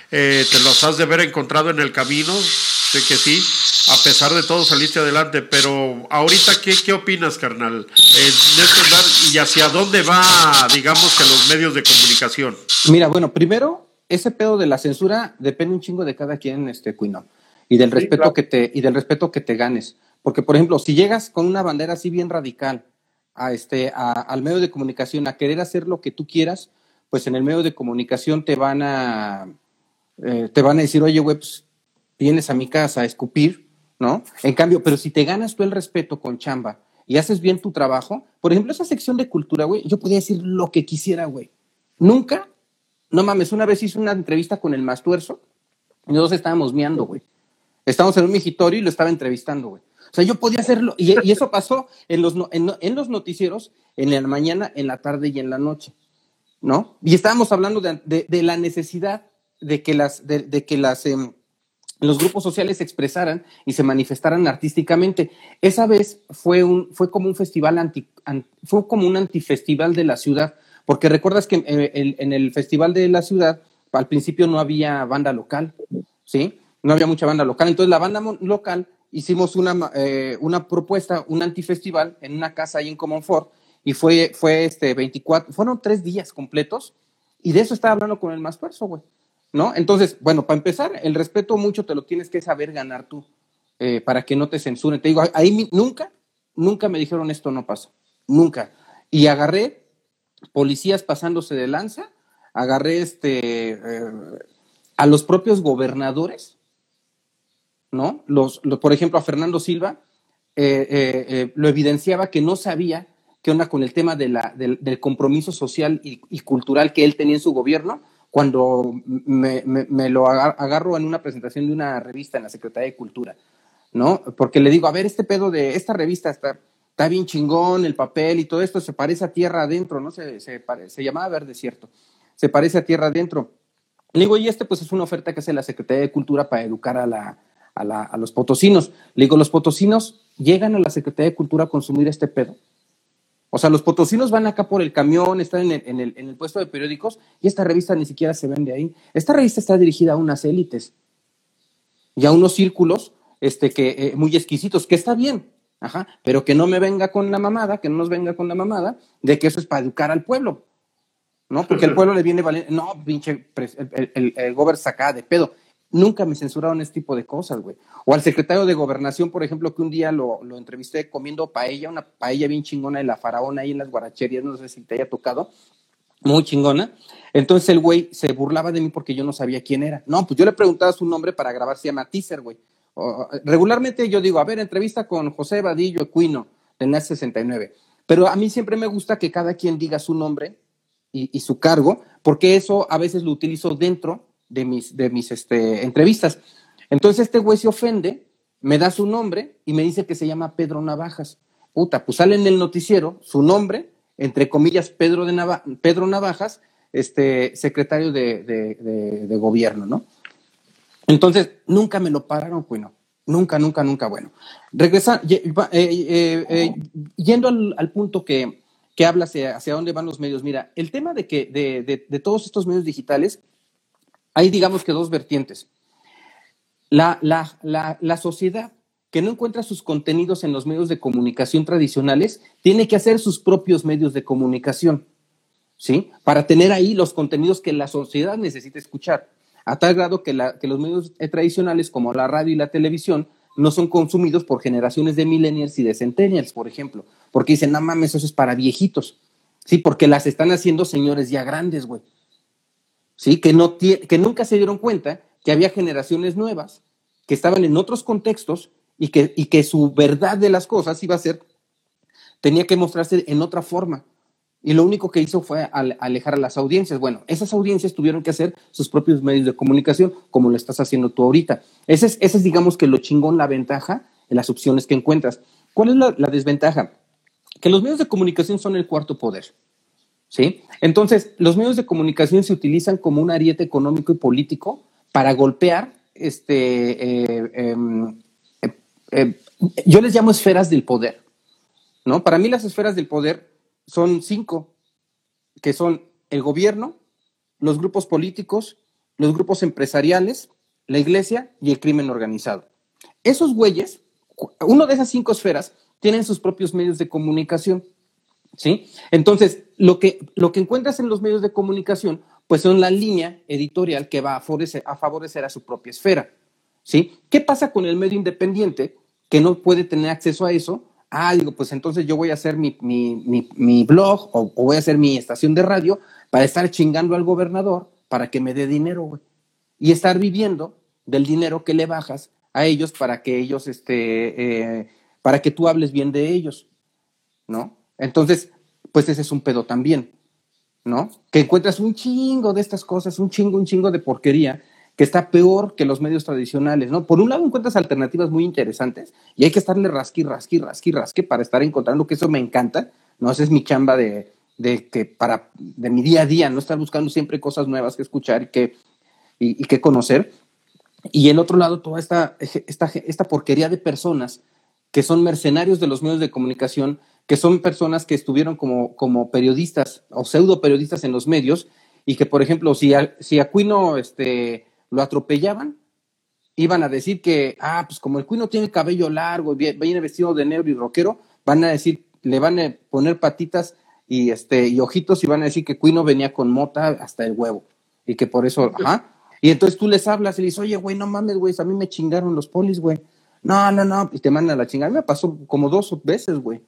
te los has de haber encontrado en el camino, sé que sí, a pesar de todo saliste adelante, pero ahorita, ¿qué opinas, carnal? En este andar y hacia dónde va, digamos, que los medios de comunicación. Mira, bueno, primero, ese pedo de la censura depende un chingo de cada quien, Cuino, y del respeto claro. Y del respeto que te ganes. Porque, por ejemplo, si llegas con una bandera así bien radical al medio de comunicación a querer hacer lo que tú quieras, pues en el medio de comunicación te van a decir, oye, güey, pues vienes a mi casa a escupir, ¿no? En cambio, pero si te ganas tú el respeto con chamba y haces bien tu trabajo, por ejemplo, esa sección de cultura, güey, yo podía decir lo que quisiera, güey. Nunca, no mames, una vez hice una entrevista con el Mastuerzo y nosotros estábamos miando, güey. Estábamos en un migitorio y lo estaba entrevistando, güey. O sea, yo podía hacerlo, y eso pasó en los noticieros, en la mañana, en la tarde y en la noche, ¿no? Y estábamos hablando de la necesidad de que los grupos sociales se expresaran y se manifestaran artísticamente. Esa vez fue como un festival fue como un antifestival de la ciudad, porque recuerdas que en el festival de la ciudad, al principio no había banda local, ¿sí? No había mucha banda local, entonces la banda local hicimos una propuesta, un antifestival en una casa ahí en Comonfort, y fue 24, fueron 3 días completos, y de eso estaba hablando con el Mastuerzo, güey, ¿no? Entonces, bueno, para empezar, el respeto mucho te lo tienes que saber ganar tú, para que no te censuren. Te digo, ahí nunca me dijeron esto no pasa, nunca. Y agarré policías pasándose de lanza, agarré a los propios gobernadores, ¿no? Por ejemplo, a Fernando Silva lo evidenciaba que no sabía qué onda con el tema del compromiso social y cultural que él tenía en su gobierno, cuando me lo agarro en una presentación de una revista en la Secretaría de Cultura, ¿no? Porque le digo, a ver, este pedo de esta revista está bien chingón, el papel y todo esto se parece a Tierra Adentro, ¿no? Se llamaba Verde, cierto, se parece a Tierra Adentro. Le digo, y pues es una oferta que hace la Secretaría de Cultura para educar a los potosinos. Le digo, los potosinos llegan a la Secretaría de Cultura a consumir este pedo. O sea, los potosinos van acá por el camión, están en el puesto de periódicos, y esta revista ni siquiera se vende ahí. Esta revista está dirigida a unas élites y a unos círculos muy exquisitos, que está bien, pero que no me venga con la mamada, que no nos venga con la mamada de que eso es para educar al pueblo, ¿no? Porque el pueblo le viene valiendo, no, pinche, el gober saca de pedo. Nunca me censuraron este tipo de cosas, güey. O al secretario de Gobernación, por ejemplo, que un día lo entrevisté comiendo paella, una paella bien chingona de la Faraona ahí en las guaracherías, no sé si te haya tocado, muy chingona. Entonces el güey se burlaba de mí porque yo no sabía quién era. No, pues yo le preguntaba su nombre para grabar, se llama Teaser, güey. Regularmente yo digo, a ver, entrevista con José Vadillo Equino, de NAS 69. Pero a mí siempre me gusta que cada quien diga su nombre y su cargo, porque eso a veces lo utilizo dentro de mis entrevistas. Entonces este güey se ofende, me da su nombre y me dice que se llama Pedro Navajas. Puta, pues sale en el noticiero su nombre, entre comillas, Pedro Navajas, secretario de gobierno, ¿no? Entonces, nunca me lo pararon, bueno, nunca, bueno. Yendo al punto que habla hacia dónde van los medios, mira, el tema de que de todos estos medios digitales, hay, digamos que 2 vertientes. La sociedad que no encuentra sus contenidos en los medios de comunicación tradicionales tiene que hacer sus propios medios de comunicación, ¿sí? Para tener ahí los contenidos que la sociedad necesita escuchar, a tal grado que los medios tradicionales como la radio y la televisión no son consumidos por generaciones de millennials y de centennials, por ejemplo, porque dicen, no mames, eso es para viejitos, ¿sí? Porque las están haciendo señores ya grandes, güey. ¿Sí? Que nunca se dieron cuenta que había generaciones nuevas que estaban en otros contextos y que su verdad de las cosas tenía que mostrarse en otra forma. Y lo único que hizo fue alejar a las audiencias. Bueno, esas audiencias tuvieron que hacer sus propios medios de comunicación, como lo estás haciendo tú ahorita. Ese es digamos que lo chingón, la ventaja en las opciones que encuentras. ¿Cuál es la desventaja? Que los medios de comunicación son el cuarto poder, ¿sí? Entonces, los medios de comunicación se utilizan como un ariete económico y político para golpear, yo les llamo esferas del poder, ¿no? Para mí las esferas del poder son 5, que son el gobierno, los grupos políticos, los grupos empresariales, la iglesia y el crimen organizado. Esos güeyes, uno de esas 5 esferas, tienen sus propios medios de comunicación, ¿sí? Entonces, lo que encuentras en los medios de comunicación, pues son la línea editorial que va a favorecer a su propia esfera, ¿sí? ¿Qué pasa con el medio independiente que no puede tener acceso a eso? Digo, pues entonces yo voy a hacer mi blog o voy a hacer mi estación de radio para estar chingando al gobernador para que me dé dinero, güey. Y estar viviendo del dinero que le bajas a ellos para que ellos, para que tú hables bien de ellos, ¿no? Entonces, pues ese es un pedo también, ¿no? Que encuentras un chingo de estas cosas, un chingo de porquería que está peor que los medios tradicionales, ¿no? Por un lado encuentras alternativas muy interesantes y hay que estarle rasqui para estar encontrando, que eso me encanta, ¿no? Esa es mi chamba de mi día a día, no estar buscando siempre cosas nuevas que escuchar y que conocer. Y el otro lado, toda esta porquería de personas que son mercenarios de los medios de comunicación, que son personas que estuvieron como periodistas o pseudo periodistas en los medios y que, por ejemplo, si a Cuino lo atropellaban, iban a decir que, pues como el Cuino tiene el cabello largo y viene vestido de negro y rockero, van a decir, le van a poner patitas y ojitos y van a decir que Cuino venía con mota hasta el huevo y que por eso, y entonces tú les hablas y le dices, oye, güey, no mames, güey, a mí me chingaron los polis, güey. No, y te mandan a la chingada. A mí me pasó como 2 veces, güey,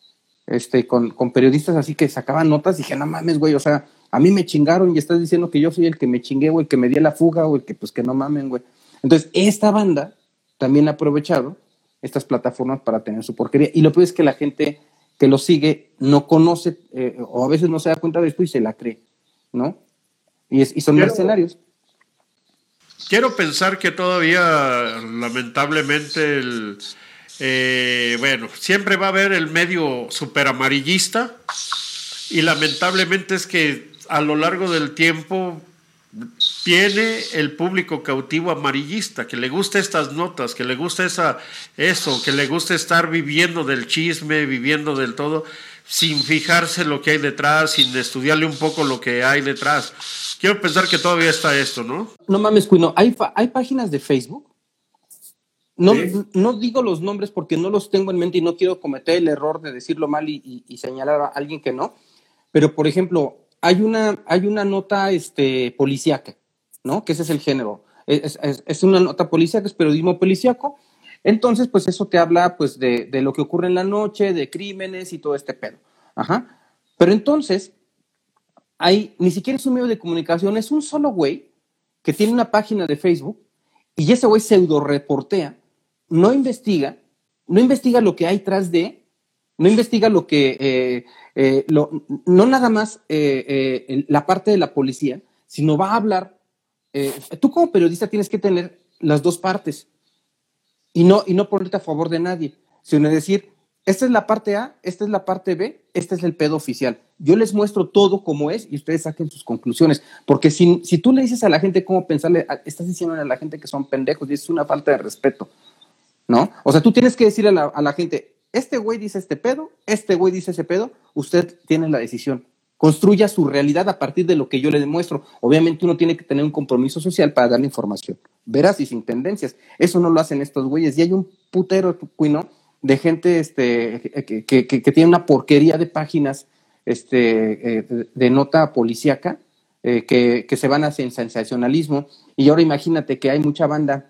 con periodistas así que sacaban notas y dije, no mames, güey, o sea, a mí me chingaron y estás diciendo que yo soy el que me chingué, güey, el que me di a la fuga, o el que, pues, que no mamen, güey. Entonces, esta banda también ha aprovechado estas plataformas para tener su porquería. Y lo peor es que la gente que lo sigue no conoce, o a veces no se da cuenta de esto y se la cree, ¿no? Y son mercenarios. Quiero pensar que todavía, lamentablemente, siempre va a haber el medio super amarillista y lamentablemente es que a lo largo del tiempo tiene el público cautivo amarillista, que le gusta estas notas, que le gusta eso, que le gusta estar viviendo del chisme, viviendo del todo, sin fijarse lo que hay detrás, sin estudiarle un poco lo que hay detrás. Quiero pensar que todavía está esto, ¿no? No mames, Cuino, hay páginas de Facebook. No digo los nombres porque no los tengo en mente y no quiero cometer el error de decirlo mal y señalar a alguien que no. Pero, por ejemplo, hay una nota policíaca, ¿no? Que ese es el género. Es una nota policíaca, es periodismo policíaco. Entonces, pues eso te habla pues de lo que ocurre en la noche, de crímenes y todo este pedo. Ajá. Pero entonces, ni siquiera es un medio de comunicación, es un solo güey que tiene una página de Facebook y ese güey pseudo reportea, no investiga lo que hay tras de, no investiga lo que, no nada más la parte de la policía, sino va a hablar, tú como periodista tienes que tener las 2 partes y no ponerte a favor de nadie, sino decir, esta es la parte A, esta es la parte B, este es el pedo oficial. Yo les muestro todo como es y ustedes saquen sus conclusiones. Porque si tú le dices a la gente cómo pensarle, estás diciendo a la gente que son pendejos y es una falta de respeto, ¿no? O sea, tú tienes que decirle a la gente, este güey dice este pedo, este güey dice ese pedo, usted tiene la decisión. Construya su realidad a partir de lo que yo le demuestro. Obviamente uno tiene que tener un compromiso social para darle información veraz y sin tendencias. Eso no lo hacen estos güeyes. Y hay un putero, Cuino, de gente que tiene una porquería de páginas de nota policíaca que se van hacia el sensacionalismo. Y ahora imagínate que hay mucha banda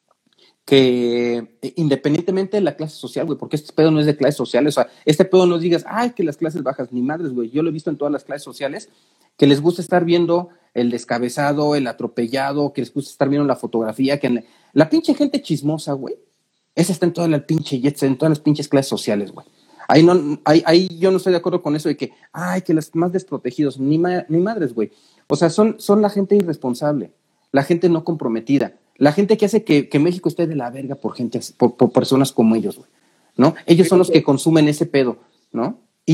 que independientemente de la clase social, güey, porque este pedo no es de clases sociales, o sea, este pedo no digas, que las clases bajas, ni madres, güey, yo lo he visto en todas las clases sociales, que les gusta estar viendo el descabezado, el atropellado, que les gusta estar viendo la fotografía, la pinche gente chismosa, güey, esa está en toda la pinche Jets, en todas las pinches clases sociales, güey. Ahí yo no estoy de acuerdo con eso de que, que los más desprotegidos, ni madres, güey. O sea, son la gente irresponsable, la gente no comprometida, la gente que hace que México esté de la verga por gente, por personas como ellos, güey, ¿no? Ellos son los que consumen ese pedo, ¿no?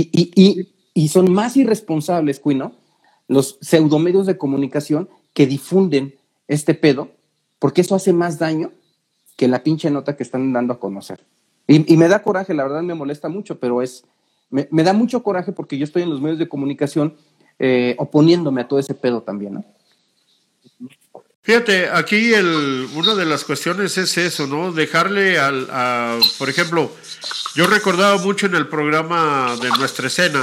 Y son más irresponsables, güey, ¿no? Los pseudomedios de comunicación que difunden este pedo, porque eso hace más daño que la pinche nota que están dando a conocer. Y me da coraje, la verdad me molesta mucho, pero me da mucho coraje porque yo estoy en los medios de comunicación oponiéndome a todo ese pedo también, ¿no? Fíjate, aquí una de las cuestiones es eso, ¿no? Dejarle por ejemplo, yo recordaba mucho en el programa de Nuestra Escena,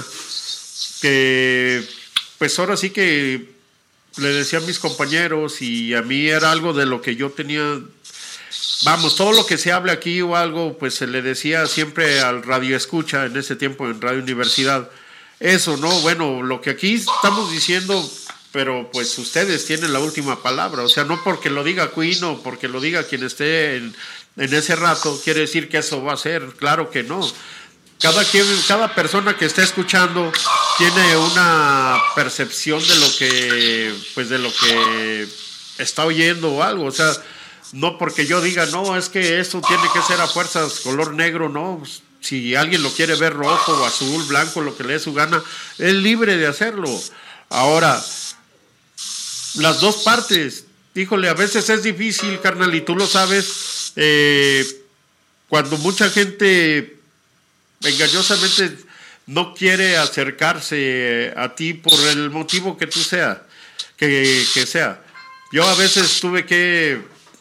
que pues ahora sí que le decía a mis compañeros y a mí era algo de lo que yo tenía, vamos, todo lo que se hable aquí o algo, pues se le decía siempre al radio escucha, en ese tiempo en Radio Universidad, eso, ¿no? Bueno, lo que aquí estamos diciendo, pero pues ustedes tienen la última palabra, o sea, no porque lo diga Queen o porque lo diga quien esté en ese rato, quiere decir que eso va a ser, claro que no. Cada persona que esté escuchando tiene una percepción de lo que está oyendo o algo, o sea, no porque yo diga, no, es que eso tiene que ser a fuerzas color negro, no, si alguien lo quiere ver rojo o azul, blanco, lo que le dé su gana, es libre de hacerlo. Ahora, las dos partes, híjole, a veces es difícil, carnal, y tú lo sabes, cuando mucha gente engañosamente no quiere acercarse a ti por el motivo que tú sea, que sea. Yo a veces tuve que,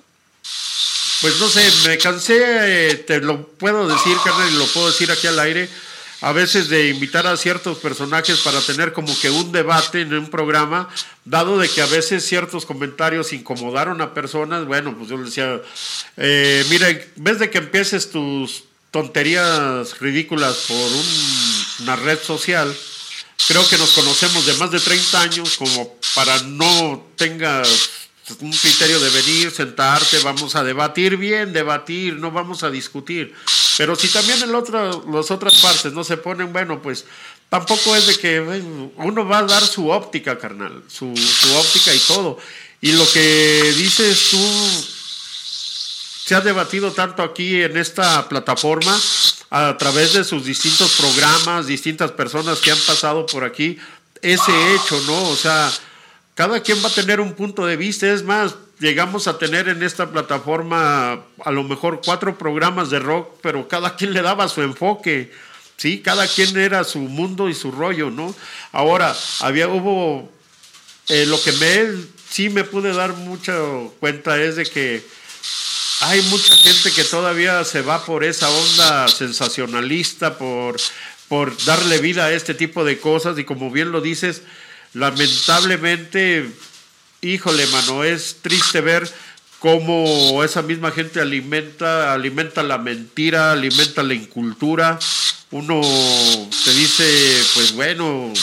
pues no sé, me cansé, te lo puedo decir, carnal, y lo puedo decir aquí al aire, a veces de invitar a ciertos personajes para tener como que un debate en un programa, dado de que a veces ciertos comentarios incomodaron a personas. Bueno, pues yo les decía, mira, en vez de que empieces tus tonterías ridículas por una red social, creo que nos conocemos de más de 30 años como para no tengas un criterio de venir, sentarte, vamos a debatir, no vamos a discutir. Pero si también las otras partes no se ponen, bueno, pues tampoco es de que uno va a dar su óptica, carnal, su óptica y todo. Y lo que dices tú se ha debatido tanto aquí en esta plataforma a través de sus distintos programas, distintas personas que han pasado por aquí, ese hecho, ¿no? O sea, cada quien va a tener un punto de vista. Es más, llegamos a tener en esta plataforma a lo mejor 4 programas de rock, pero cada quien le daba su enfoque, ¿sí? Cada quien era su mundo y su rollo, ¿no? Ahora, hubo lo que sí me pude dar mucha cuenta es de que hay mucha gente que todavía se va por esa onda sensacionalista, por darle vida a este tipo de cosas, y como bien lo dices, lamentablemente, híjole, mano, es triste ver cómo esa misma gente alimenta la mentira, alimenta la incultura. Uno te dice, pues bueno,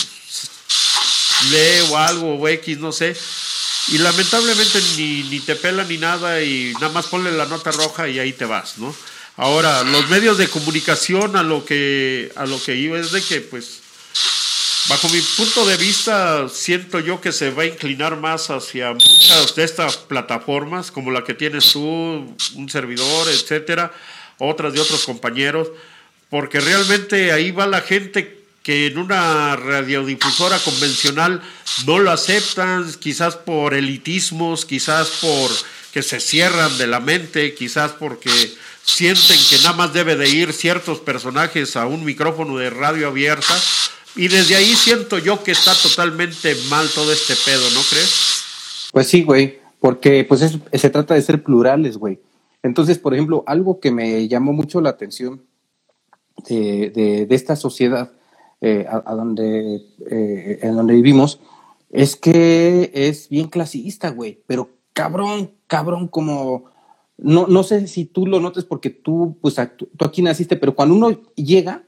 lee o algo o X, no sé, y lamentablemente ni te pela ni nada, y nada más ponle la nota roja y ahí te vas, ¿no? Ahora, los medios de comunicación a lo que iba es de que, pues, bajo mi punto de vista, siento yo que se va a inclinar más hacia muchas de estas plataformas, como la que tienes tú, un servidor, etcétera, otras de otros compañeros, porque realmente ahí va la gente que en una radiodifusora convencional no lo aceptan, quizás por elitismos, quizás por que se cierran de la mente, quizás porque sienten que nada más debe de ir ciertos personajes a un micrófono de radio abierta, y desde ahí siento yo que está totalmente mal todo este pedo, ¿no crees? Pues sí, güey, porque pues se trata de ser plurales, güey. Entonces, por ejemplo, algo que me llamó mucho la atención de esta sociedad en donde vivimos, es que es bien clasista, güey, pero cabrón, como, no sé si tú lo notes porque tú aquí naciste, pero cuando uno llega,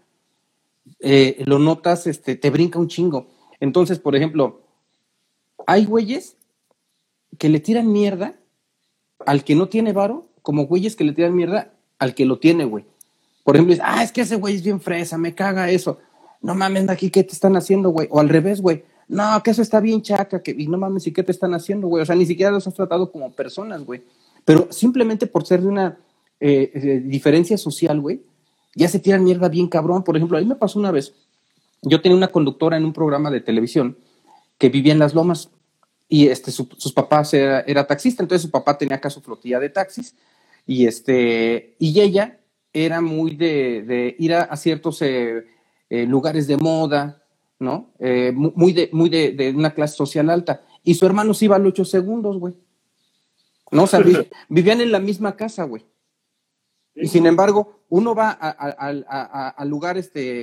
lo notas, te brinca un chingo. Entonces, por ejemplo, hay güeyes que le tiran mierda al que no tiene varo, como güeyes que le tiran mierda al que lo tiene, güey. Por ejemplo, es que ese güey es bien fresa, me caga eso. No mames, aquí, ¿qué te están haciendo, güey? O al revés, güey. No, que eso está bien chaca, y no mames, ¿y qué te están haciendo, güey? O sea, ni siquiera los has tratado como personas, güey. Pero simplemente por ser de una diferencia social, güey, ya se tiran mierda bien cabrón. Por ejemplo, a mí me pasó una vez, yo tenía una conductora en un programa de televisión que vivía en Las Lomas, y sus papás era taxista, entonces su papá tenía acá su flotilla de taxis, y ella era muy de ir a ciertos lugares de moda, ¿no? Muy de una clase social alta. Y su hermano se iba al 8 segundos, güey. No, o sea, vivían en la misma casa, güey. Y sin embargo, uno va al lugar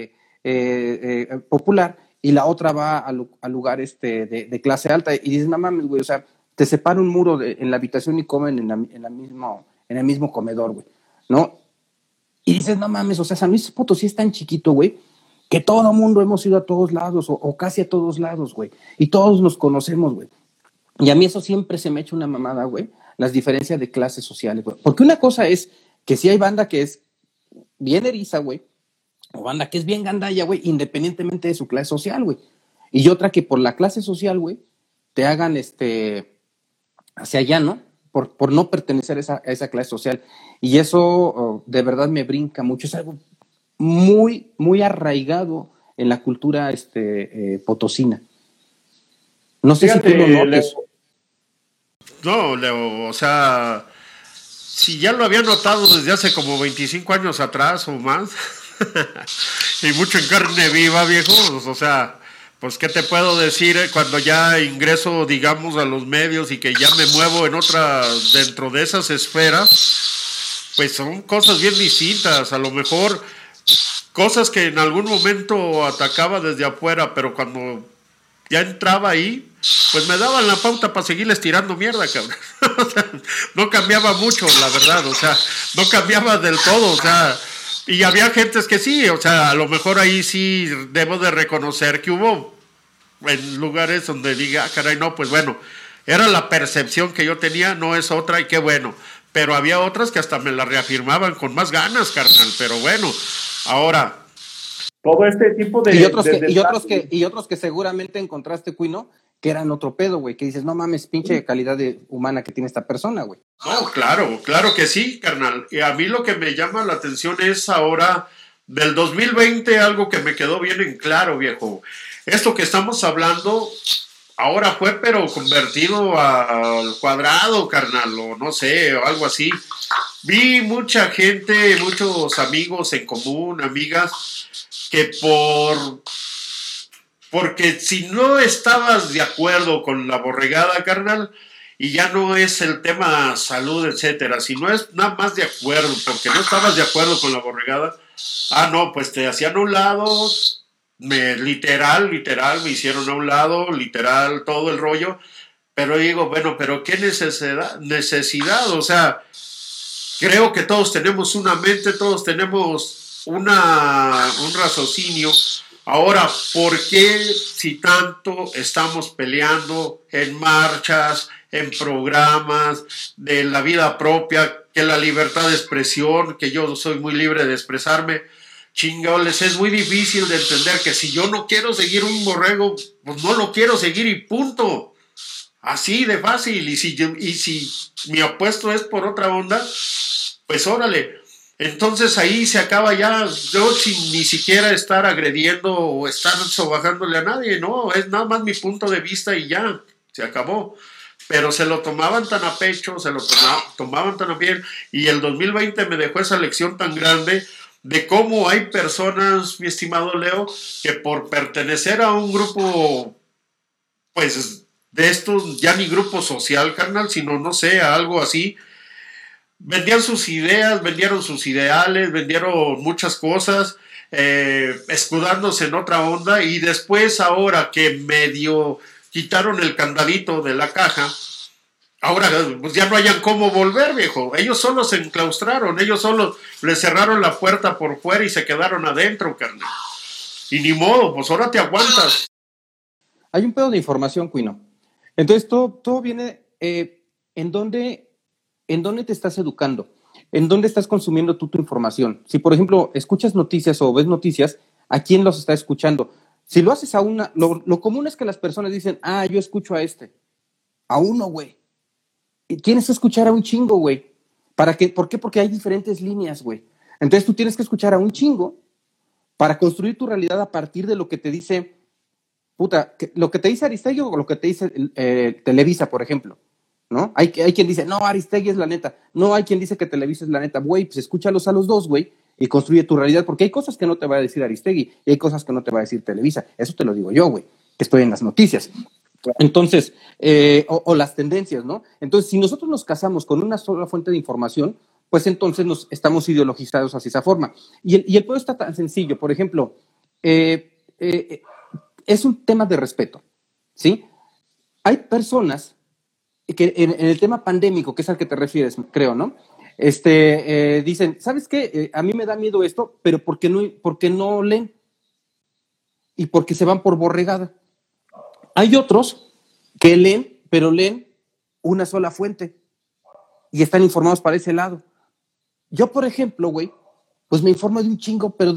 popular y la otra va al lugar de clase alta y dices, no mames, güey, o sea, te separa un muro en la habitación y comen en el mismo comedor, güey, ¿no? Y dices, no mames, o sea, San Luis Potosí es tan chiquito, güey, que todo mundo hemos ido a todos lados o casi a todos lados, güey, y todos nos conocemos, güey. Y a mí eso siempre se me echa una mamada, güey, las diferencias de clases sociales, güey. Porque una cosa es que si hay banda que es bien eriza, güey, o banda que es bien gandalla, güey, independientemente de su clase social, güey. Y otra que por la clase social, güey, te hagan hacia allá, ¿no? Por no pertenecer a esa clase social. Y eso de verdad me brinca mucho. Es algo muy, muy arraigado en la cultura potosina. No sé si tú lo notas. No, Leo, o sea, si ya lo había notado desde hace como 25 años atrás o más, y mucho en carne viva, viejo, o sea, pues qué te puedo decir cuando ya ingreso, digamos, a los medios y que ya me muevo dentro de esas esferas, pues son cosas bien distintas, a lo mejor cosas que en algún momento atacaba desde afuera, pero cuando ya entraba ahí, pues me daban la pauta para seguirles tirando mierda, cabrón. O sea, no cambiaba mucho, la verdad, o sea, no cambiaba del todo, o sea, y había gentes que sí, o sea, a lo mejor ahí sí debo de reconocer que hubo en lugares donde diga, caray, no, pues bueno, era la percepción que yo tenía, no es otra y qué bueno, pero había otras que hasta me la reafirmaban con más ganas, carnal, pero bueno, ahora... Todo este tipo de... Y otros que seguramente encontraste, Cuino, que eran otro pedo, güey, que dices, no mames, pinche calidad humana que tiene esta persona, güey. No, claro que sí, carnal. Y a mí lo que me llama la atención es ahora, del 2020, algo que me quedó bien en claro, viejo. Esto que estamos hablando, ahora fue, pero convertido al cuadrado, carnal, o no sé, o algo así. Vi mucha gente, muchos amigos en común, amigas, que porque si no estabas de acuerdo con la borregada, carnal, y ya no es el tema salud, etcétera, si no es nada más de acuerdo, porque no estabas de acuerdo con la borregada, no, pues te hacían a un lado, literal, me hicieron a un lado, literal, todo el rollo, pero digo, bueno, pero qué necesidad, o sea, creo que todos tenemos una mente, todos tenemos un raciocinio. Ahora, ¿por qué si tanto estamos peleando en marchas, en programas de la vida propia, que la libertad de expresión, que yo soy muy libre de expresarme? Chingoles, es muy difícil de entender que si yo no quiero seguir un borrego, pues no lo quiero seguir y punto. Así de fácil. Y si mi apuesto es por otra onda, pues órale. Entonces ahí se acaba ya, yo sin ni siquiera estar agrediendo o estar sobajándole a nadie, no, es nada más mi punto de vista y ya, se acabó. Pero se lo tomaban tan a pecho, se lo tomaban tan a bien, y el 2020 me dejó esa lección tan grande de cómo hay personas, mi estimado Leo, que por pertenecer a un grupo, pues de estos, ya ni grupo social, carnal, sino no sé, algo así, vendían sus ideas, vendieron sus ideales, vendieron muchas cosas, escudándose en otra onda, y después ahora que medio quitaron el candadito de la caja, ahora pues ya no hayan cómo volver, viejo. Ellos solos se enclaustraron, ellos solos le cerraron la puerta por fuera y se quedaron adentro, carnal. Y ni modo, pues ahora te aguantas. Hay un pedo de información, Cuino. Entonces todo viene en dónde te estás educando, en dónde estás consumiendo tú tu información. Si, por ejemplo, escuchas noticias o ves noticias, ¿a quién los está escuchando? Si lo haces lo común es que las personas dicen, yo escucho a uno, güey. Y tienes que escuchar a un chingo, güey. ¿Por qué? Porque hay diferentes líneas, güey. Entonces tú tienes que escuchar a un chingo para construir tu realidad a partir de lo que te dice, lo que te dice Aristegui o lo que te dice Televisa, por ejemplo. ¿No? Hay quien dice, no, Aristegui es la neta. No, hay quien dice que Televisa es la neta. Güey, pues escúchalos a los dos, güey, y construye tu realidad, porque hay cosas que no te va a decir Aristegui y hay cosas que no te va a decir Televisa. Eso te lo digo yo, güey, que estoy en las noticias. Entonces, o las tendencias, ¿no? Entonces, si nosotros nos casamos con una sola fuente de información, pues entonces nos estamos ideologizados hacia esa forma. Y el pedo está tan sencillo. Por ejemplo, es un tema de respeto, ¿sí? Hay personas que en el tema pandémico, que es al que te refieres, creo, ¿no? Dicen, ¿sabes qué? A mí me da miedo esto, pero ¿por qué no leen? Y porque se van por borregada. Hay otros que leen, pero leen una sola fuente y están informados para ese lado. Yo, por ejemplo, güey, pues me informo de un chingo, pero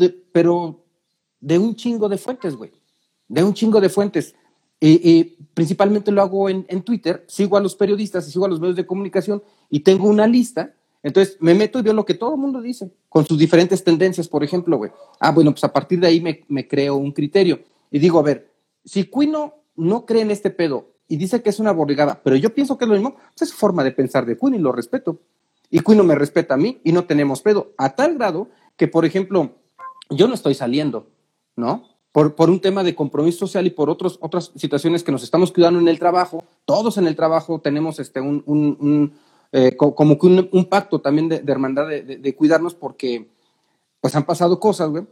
de un chingo de fuentes, güey. De un chingo de fuentes. Y principalmente lo hago en Twitter. Sigo a los periodistas y sigo a los medios de comunicación y tengo una lista. Entonces me meto y veo lo que todo el mundo dice, con sus diferentes tendencias, por ejemplo, güey. Bueno, pues a partir de ahí me creo un criterio. Y digo, a ver, si Quino no cree en este pedo y dice que es una borregada, pero yo pienso que es lo mismo, pues es su forma de pensar de Quino y lo respeto. Y Quino me respeta a mí y no tenemos pedo. A tal grado que, por ejemplo, yo no estoy saliendo, ¿no? Por un tema de compromiso social y por otras situaciones que nos estamos cuidando en el trabajo. Todos en el trabajo tenemos como que un pacto también de hermandad de cuidarnos porque pues han pasado cosas, güey.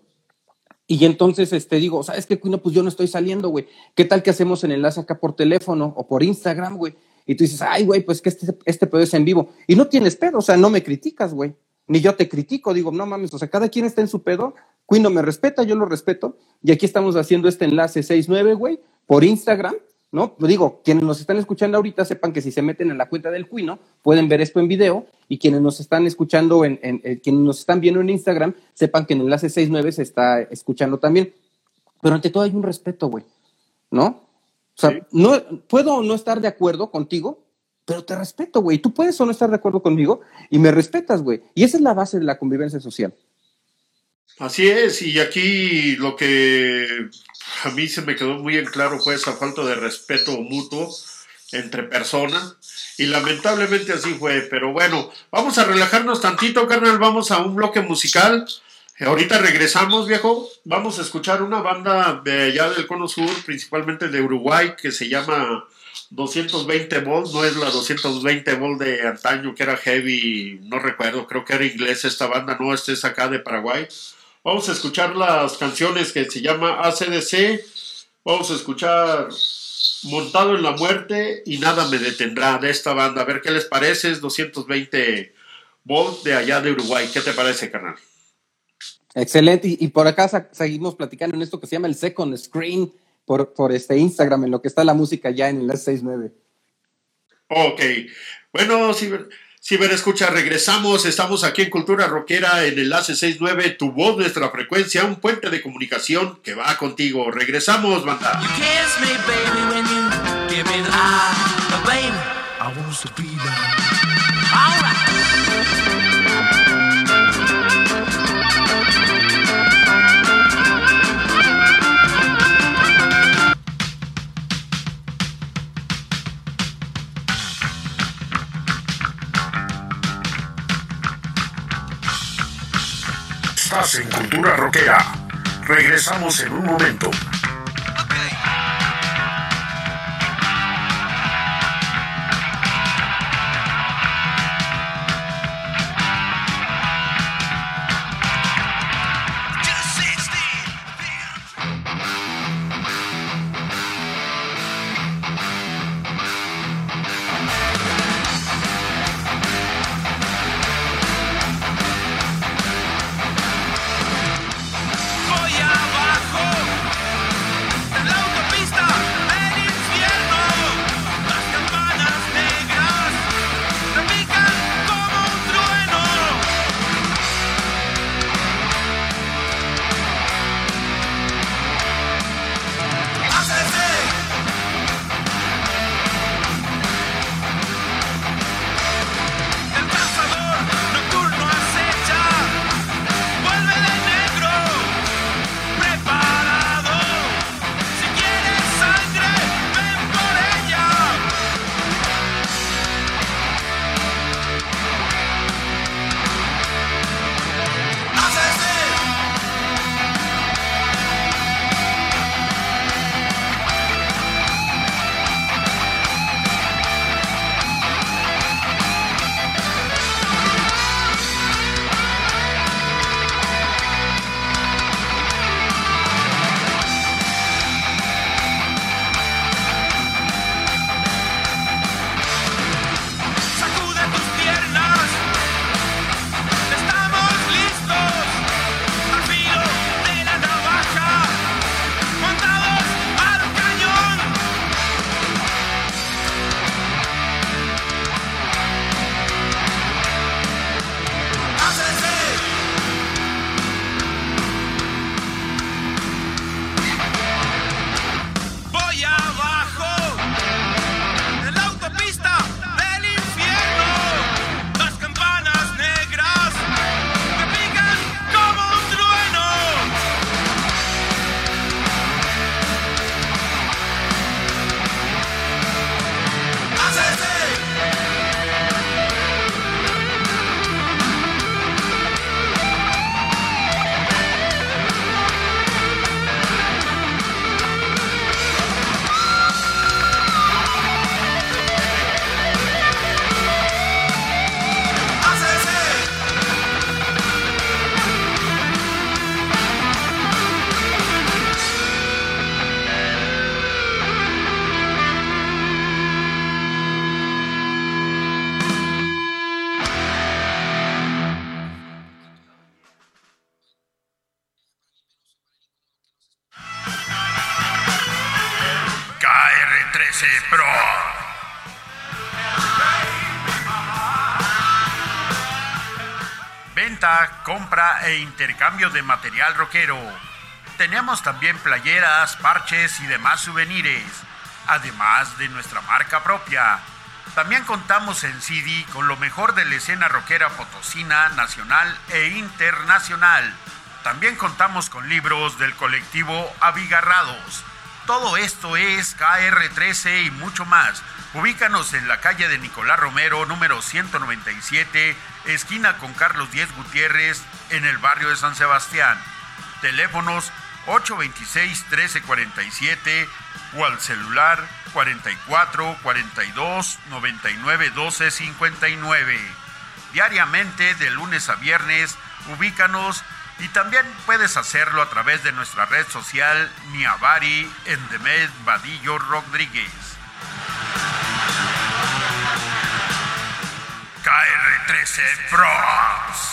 Y entonces digo, ¿sabes qué, Quino? Pues yo no estoy saliendo, güey. ¿Qué tal que hacemos el enlace acá por teléfono o por Instagram, güey? Y tú dices, ay, güey, pues que este pedo es en vivo. Y no tienes pedo, o sea, no me criticas, güey. Ni yo te critico, digo, no mames, o sea, cada quien está en su pedo. Quino me respeta, yo lo respeto. Y aquí estamos haciendo este enlace 69, güey, por Instagram, ¿no? Digo, quienes nos están escuchando ahorita sepan que si se meten en la cuenta del Quino, pueden ver esto en video. Y quienes nos están escuchando, quienes nos están viendo en Instagram, sepan que en el enlace 69 se está escuchando también. Pero ante todo hay un respeto, güey, ¿no? O sea, sí. No, puedo no estar de acuerdo contigo, pero te respeto, güey. Tú puedes o no estar de acuerdo conmigo y me respetas, güey. Y esa es la base de la convivencia social. Así es, y aquí lo que a mí se me quedó muy en claro fue esa falta de respeto mutuo entre personas, y lamentablemente así fue. Pero bueno, vamos a relajarnos tantito, carnal, vamos a un bloque musical. Ahorita regresamos, viejo. Vamos a escuchar una banda de allá del Cono Sur, principalmente de Uruguay, que se llama 220 volts. No es la 220 volts de antaño, que era heavy, no recuerdo, creo que era inglés esta banda, no, esta es acá de Paraguay. Vamos a escuchar las canciones que se llama AC/DC. Vamos a escuchar Montado en la Muerte y Nada me detendrá, de esta banda. A ver qué les parece, es 220 volts de allá de Uruguay. ¿Qué te parece, carnal? Excelente, y por acá seguimos platicando en esto que se llama el Second Screen por Instagram, en lo que está la música ya en el S69. Ok, bueno, Ciberescucha, regresamos, estamos aquí en Cultura Rockera en el enlace 69, tu voz, nuestra frecuencia, un puente de comunicación que va contigo. Regresamos, banda. You kiss me, baby, when you give me the eye, but baby, I want to be there. All right. Estás en Cultura Rockera. Regresamos en un momento. Voy abajo. 13 Pro. Venta, compra e intercambio de material rockero. Tenemos también playeras, parches y demás souvenirs, además de nuestra marca propia. También contamos en CD con lo mejor de la escena rockera potosina, nacional e internacional. También contamos con libros del colectivo Abigarrados. Todo esto es KR13 y mucho más. Ubícanos en la calle de Nicolás Romero, número 197, esquina con Carlos Díez Gutiérrez, en el barrio de San Sebastián. Teléfonos 826-1347 o al celular 44 42 99 12 59. Diariamente, de lunes a viernes, ubícanos y también puedes hacerlo a través de nuestra red social Niavari Endemed Vadillo Rodríguez. KR13 Pros.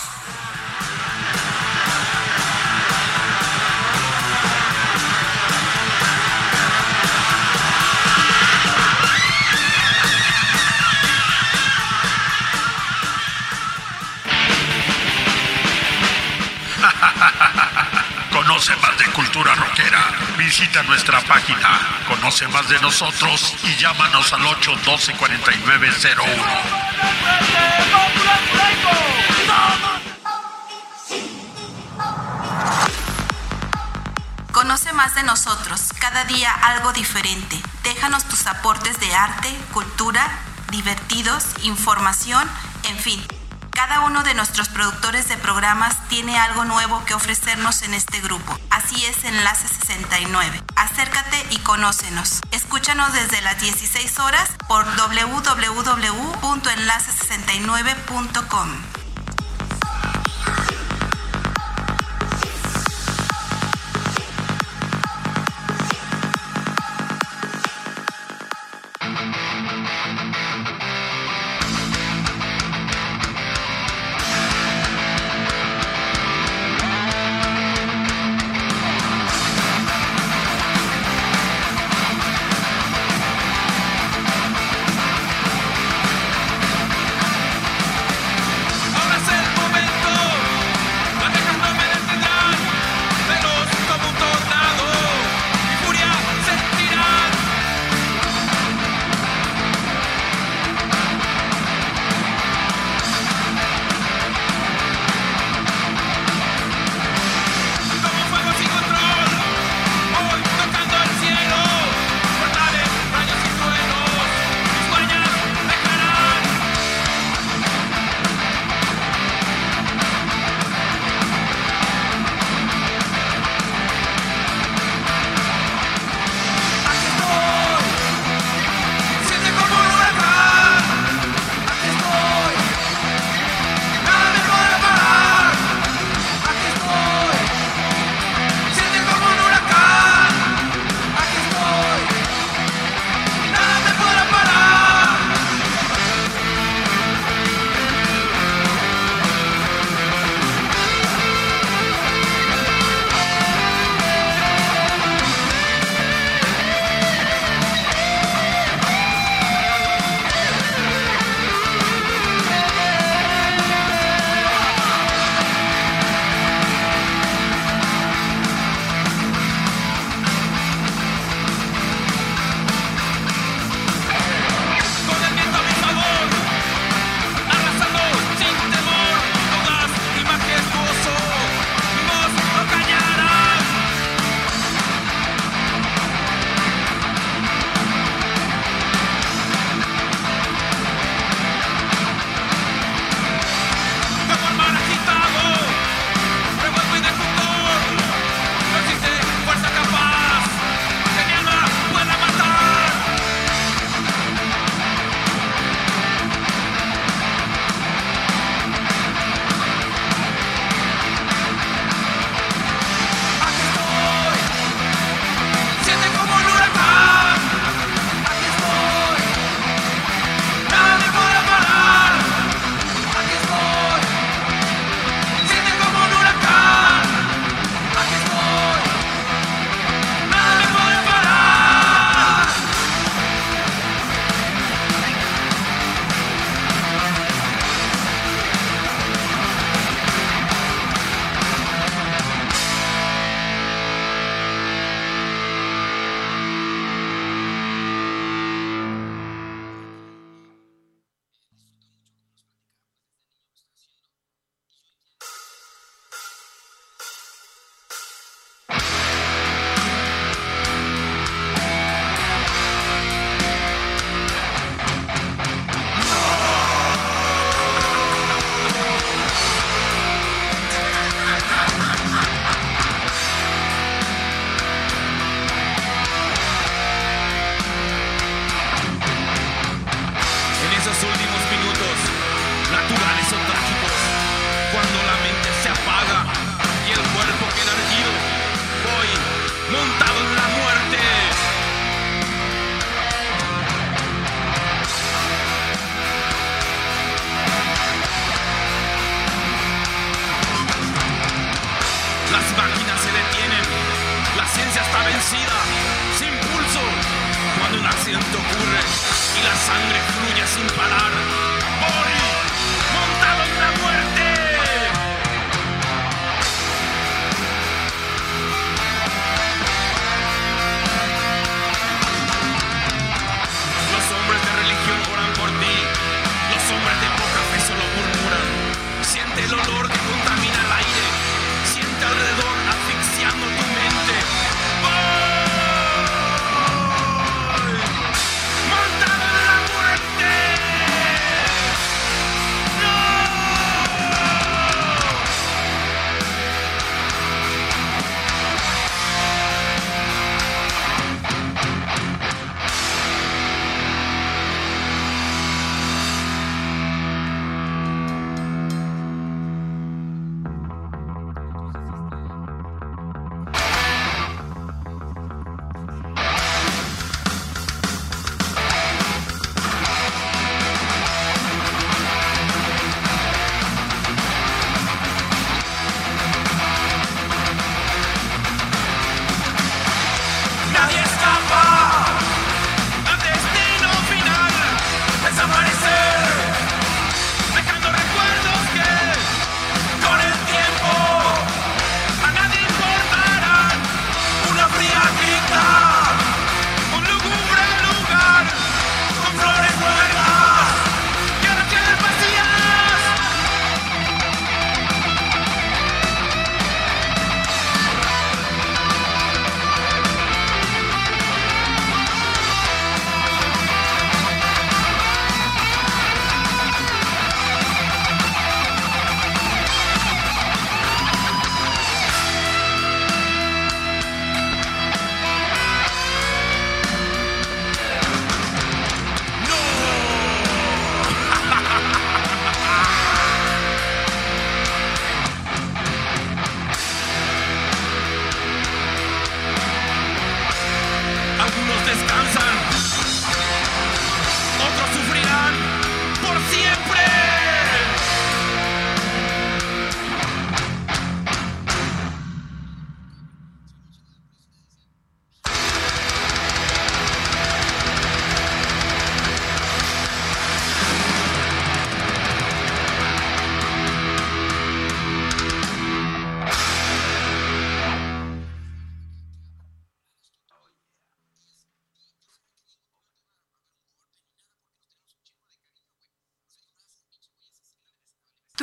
Conoce más de cultura rockera. Visita nuestra página. Conoce más de nosotros y llámanos al 812-4901. Conoce más de nosotros. Cada día algo diferente. Déjanos tus aportes de arte, cultura, divertidos, información, en fin. Cada uno de nuestros productores de programas tiene algo nuevo que ofrecernos en este grupo. Así es Enlace 69. Acércate y conócenos. Escúchanos desde las 16 horas por www.enlace69.com.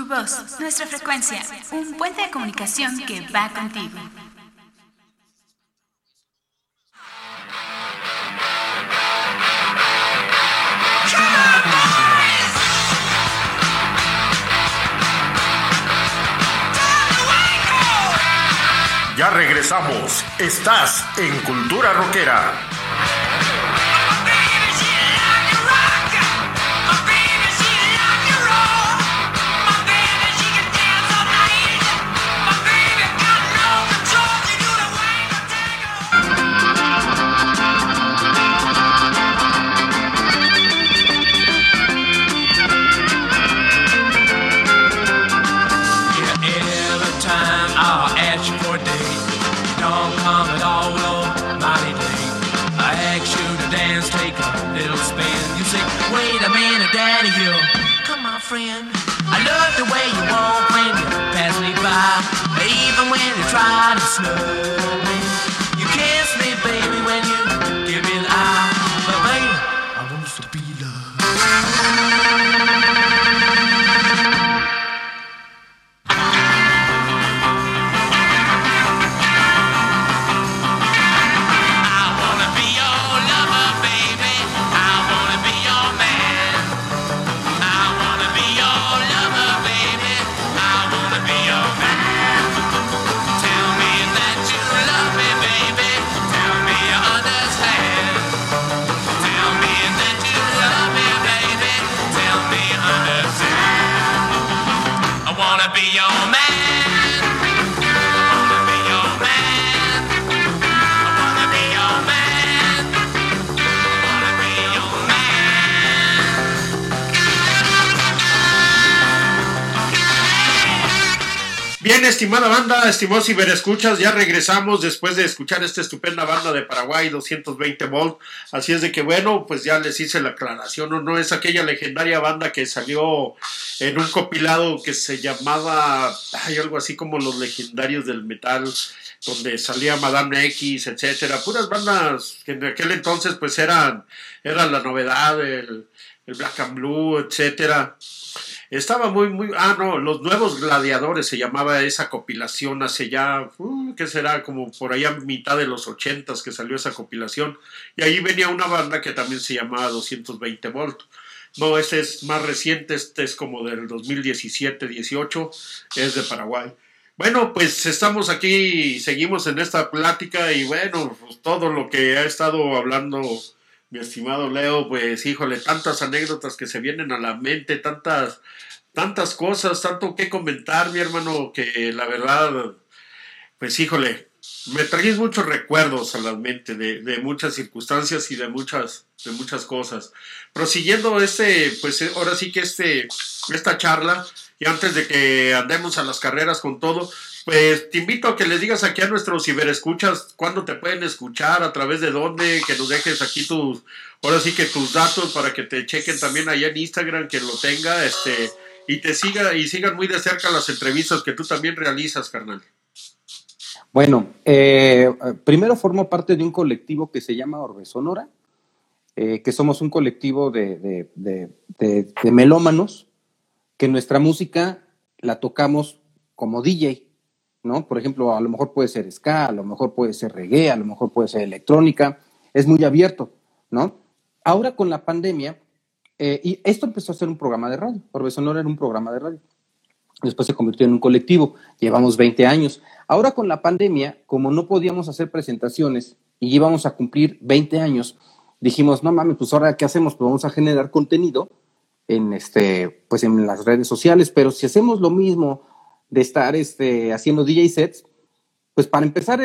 Tu voz, nuestra frecuencia, un puente de comunicación que va contigo. Ya regresamos. Estás en Cultura Rockera. Friend, I love the way you walk when you pass me by, even when you try to snub me. You kiss me, baby, when you give me the eye, but baby, I want to be Bien, estimada banda, estimados ciberescuchas, ya regresamos después de escuchar esta estupenda banda de Paraguay, 220 Volt. Así es de que, bueno, pues ya les hice la aclaración, no es aquella legendaria banda que salió en un compilado que se llamaba, algo así como Los Legendarios del Metal, donde salía Madame X, etcétera, puras bandas que en aquel entonces pues eran la novedad, el Black and Blue, etcétera. Estaba Los Nuevos Gladiadores se llamaba esa compilación hace ya, ¿qué será? Como por allá mitad de los 80s que salió esa compilación. Y ahí venía una banda que también se llamaba 220 Volt. No, este es más reciente, este es como del 2017-18, es de Paraguay. Bueno, pues estamos aquí, seguimos en esta plática y bueno, pues todo lo que ha estado hablando mi estimado Leo, pues híjole, tantas anécdotas que se vienen a la mente, tantas cosas, tanto que comentar, mi hermano, que la verdad, pues híjole, me traes muchos recuerdos a la mente de muchas circunstancias y de muchas cosas. Prosiguiendo pues ahora sí que esta charla, y antes de que andemos a las carreras con todo, pues te invito a que les digas aquí a nuestros ciberescuchas cuándo te pueden escuchar, a través de dónde, que nos dejes aquí tus datos para que te chequen también allá en Instagram, que lo tenga, y te sigan muy de cerca las entrevistas que tú también realizas, carnal. Bueno, primero formo parte de un colectivo que se llama Orbe Sonora, que somos un colectivo de melómanos, que nuestra música la tocamos como DJ, ¿no? Por ejemplo, a lo mejor puede ser ska, a lo mejor puede ser reggae, a lo mejor puede ser electrónica, es muy abierto, ¿no? Ahora con la pandemia, y esto empezó a ser un programa de radio, Orbe Sonora era un programa de radio, después se convirtió en un colectivo, llevamos 20 años. Ahora con la pandemia, como no podíamos hacer presentaciones y íbamos a cumplir 20 años, dijimos, no mames, pues ahora ¿qué hacemos? Pues vamos a generar contenido en las redes sociales, pero si hacemos lo mismo de estar haciendo DJ sets, pues para empezar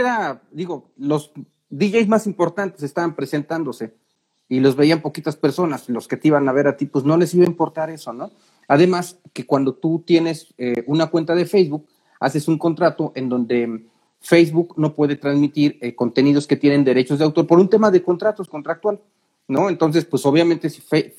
los DJs más importantes estaban presentándose y los veían poquitas personas, los que te iban a ver a ti, pues no les iba a importar eso, ¿no? Además, que cuando tú tienes una cuenta de Facebook, haces un contrato en donde Facebook no puede transmitir contenidos que tienen derechos de autor por un tema de contractual, ¿no? Entonces, pues obviamente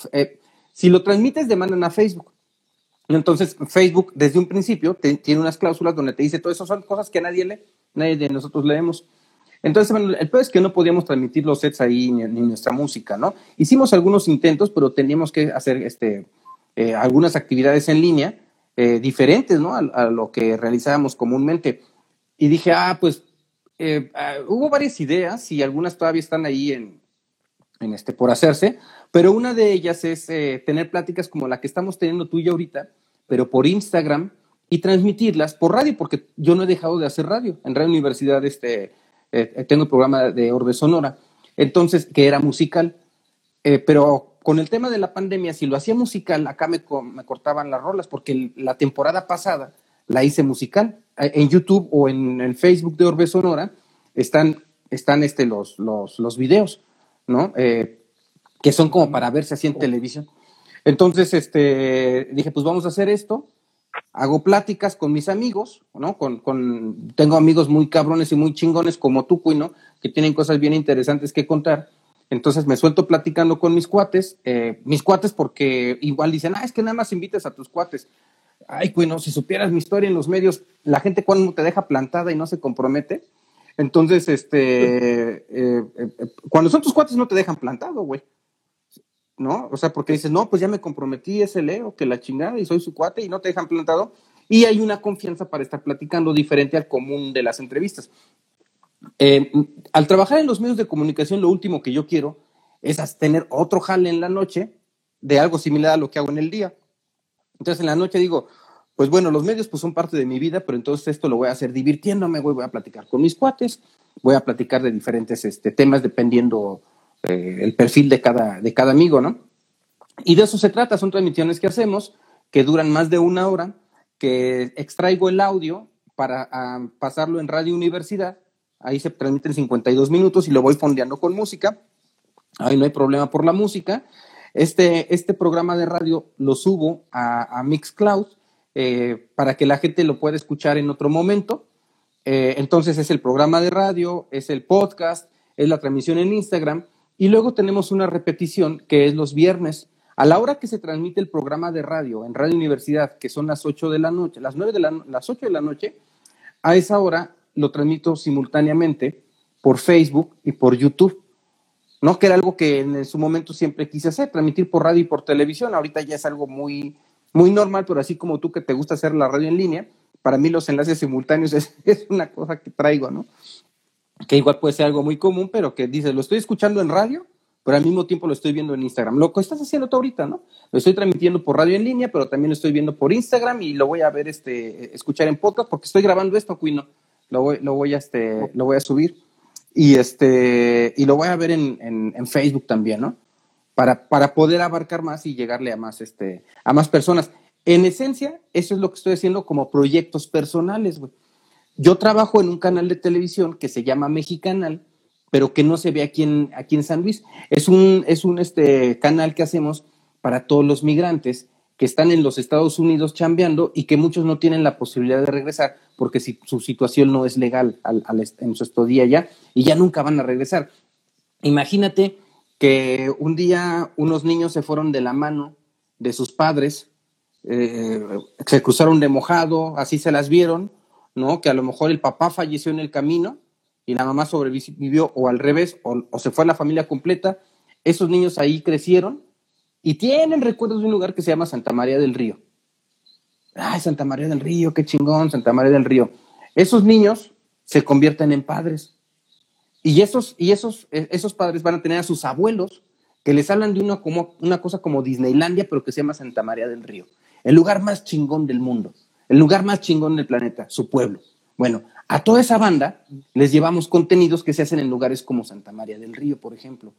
si lo transmites, demandan a Facebook. Entonces, Facebook, desde un principio, tiene unas cláusulas donde te dice todo eso, son cosas que nadie lee, nadie de nosotros leemos. Entonces, bueno, el peor es que no podíamos transmitir los sets ahí, ni nuestra música, ¿no? Hicimos algunos intentos, pero teníamos que hacer algunas actividades en línea, diferentes, ¿no? A lo que realizábamos comúnmente. Y dije, pues hubo varias ideas y algunas todavía están ahí por hacerse, pero una de ellas es tener pláticas como la que estamos teniendo tú y yo ahorita, pero por Instagram, y transmitirlas por radio, porque yo no he dejado de hacer radio. En Radio Universidad tengo el programa de Orbe Sonora, entonces, que era musical, pero con el tema de la pandemia, si lo hacía musical, acá me cortaban las rolas, porque la temporada pasada la hice musical. En YouTube o en el Facebook de Orbe Sonora están los videos, ¿no? Que son como para verse así en televisión. Entonces, dije, pues vamos a hacer esto. Hago pláticas con mis amigos, ¿no? Tengo amigos muy cabrones y muy chingones como tú, Cuino, que tienen cosas bien interesantes que contar. Entonces me suelto platicando con mis cuates porque igual dicen, es que nada más invitas a tus cuates. Ay, Cuino, si supieras mi historia en los medios, la gente cuando te deja plantada y no se compromete. Entonces, cuando son tus cuates no te dejan plantado, güey, ¿no? O sea, porque dices, no, pues ya me comprometí, ese Leo, que la chingada, y soy su cuate, y no te dejan plantado, y hay una confianza para estar platicando diferente al común de las entrevistas. Al trabajar en los medios de comunicación, lo último que yo quiero es tener otro jale en la noche de algo similar a lo que hago en el día. Entonces, en la noche digo, pues bueno, los medios pues son parte de mi vida, pero entonces esto lo voy a hacer divirtiéndome, voy a platicar con mis cuates, voy a platicar de diferentes temas dependiendo el perfil de cada amigo, ¿no? Y de eso se trata, son transmisiones que hacemos, que duran más de 1 hora, que extraigo el audio para pasarlo en Radio Universidad, ahí se transmiten 52 minutos y lo voy fondeando con música, ahí no hay problema por la música. Este programa de radio lo subo a Mixcloud para que la gente lo pueda escuchar en otro momento. Entonces es el programa de radio, es el podcast, es la transmisión en Instagram, y luego tenemos una repetición que es los viernes. A la hora que se transmite el programa de radio en Radio Universidad, que son las 8 de la noche, las 8 de la noche, a esa hora lo transmito simultáneamente por Facebook y por YouTube, ¿no? Que era algo que en su momento siempre quise hacer, transmitir por radio y por televisión. Ahorita ya es algo muy, muy normal, pero así como tú que te gusta hacer la radio en línea, para mí los enlaces simultáneos es una cosa que traigo, ¿no? Que igual puede ser algo muy común, pero que dices, lo estoy escuchando en radio, pero al mismo tiempo lo estoy viendo en Instagram. Lo que estás haciendo tú ahorita, ¿no? Lo estoy transmitiendo por radio en línea, pero también lo estoy viendo por Instagram y lo voy a ver, escuchar en podcast, porque estoy grabando esto, Cuino. Lo voy a subir y lo voy a ver en Facebook también, ¿no? Para poder abarcar más y llegarle a más personas. En esencia, eso es lo que estoy haciendo como proyectos personales, güey. Yo trabajo en un canal de televisión que se llama Mexicanal, pero que no se ve aquí en San Luis. Es un canal que hacemos para todos los migrantes que están en los Estados Unidos chambeando y que muchos no tienen la posibilidad de regresar porque su situación no es legal en su estadía allá y ya nunca van a regresar. Imagínate que un día unos niños se fueron de la mano de sus padres, se cruzaron de mojado, así se las vieron, ¿no? Que a lo mejor el papá falleció en el camino y la mamá sobrevivió, o al revés, o se fue la familia completa. Esos niños ahí crecieron y tienen recuerdos de un lugar que se llama Santa María del Río. ¡Ay, Santa María del Río, qué chingón, Santa María del Río! Esos niños se convierten en padres. Y esos padres van a tener a sus abuelos que les hablan de una cosa como Disneylandia, pero que se llama Santa María del Río. El lugar más chingón del mundo, el lugar más chingón del planeta, su pueblo. Bueno, a toda esa banda les llevamos contenidos que se hacen en lugares como Santa María del Río, por ejemplo.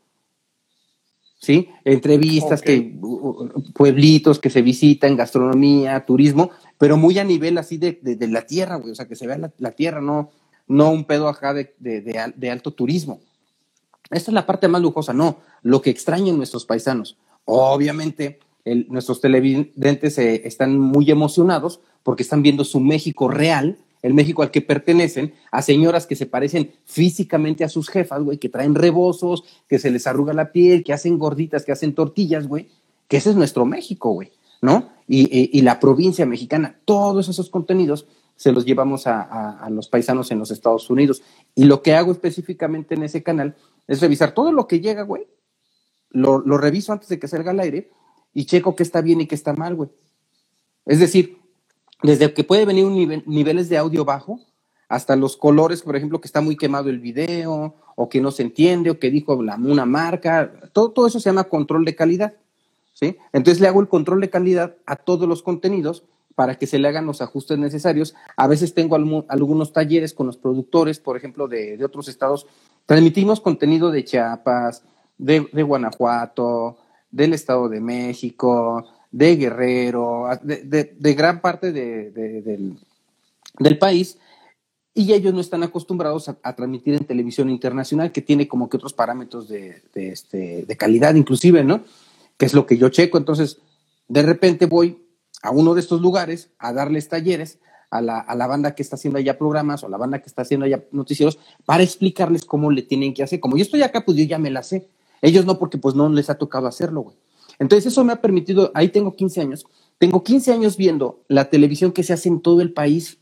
¿Sí? Entrevistas, pueblitos que se visitan, gastronomía, turismo, pero muy a nivel así de la tierra, güey. O sea, que se vea la tierra, no un pedo acá de alto turismo. Esta es la parte más lujosa, no, lo que extrañan nuestros paisanos. Obviamente, nuestros televidentes están muy emocionados porque están viendo su México real, el México al que pertenecen, a señoras que se parecen físicamente a sus jefas, güey, que traen rebozos, que se les arruga la piel, que hacen gorditas, que hacen tortillas, güey, que ese es nuestro México, güey, ¿no? Y la provincia mexicana, todos esos contenidos se los llevamos a los paisanos en los Estados Unidos. Y lo que hago específicamente en ese canal es revisar todo lo que llega, güey, lo reviso antes de que salga al aire y checo qué está bien y qué está mal, güey. Es decir, desde que puede venir niveles de audio bajo, hasta los colores, por ejemplo, que está muy quemado el video, o que no se entiende, o que dijo una marca, todo eso se llama control de calidad, ¿sí? Entonces le hago el control de calidad a todos los contenidos para que se le hagan los ajustes necesarios. A veces tengo algunos talleres con los productores, por ejemplo, de otros estados. Transmitimos contenido de Chiapas, de Guanajuato, del Estado de México, de Guerrero, de gran parte del país, y ellos no están acostumbrados a transmitir en televisión internacional, que tiene como que otros parámetros de calidad inclusive, ¿no? Que es lo que yo checo. Entonces, de repente voy a uno de estos lugares a darles talleres a la banda que está haciendo allá programas, o a la banda que está haciendo allá noticieros, para explicarles cómo le tienen que hacer. Como yo estoy acá, pues yo ya me la sé. Ellos no, porque pues no les ha tocado hacerlo, güey. Entonces eso me ha permitido, ahí tengo 15 años viendo la televisión que se hace en todo el país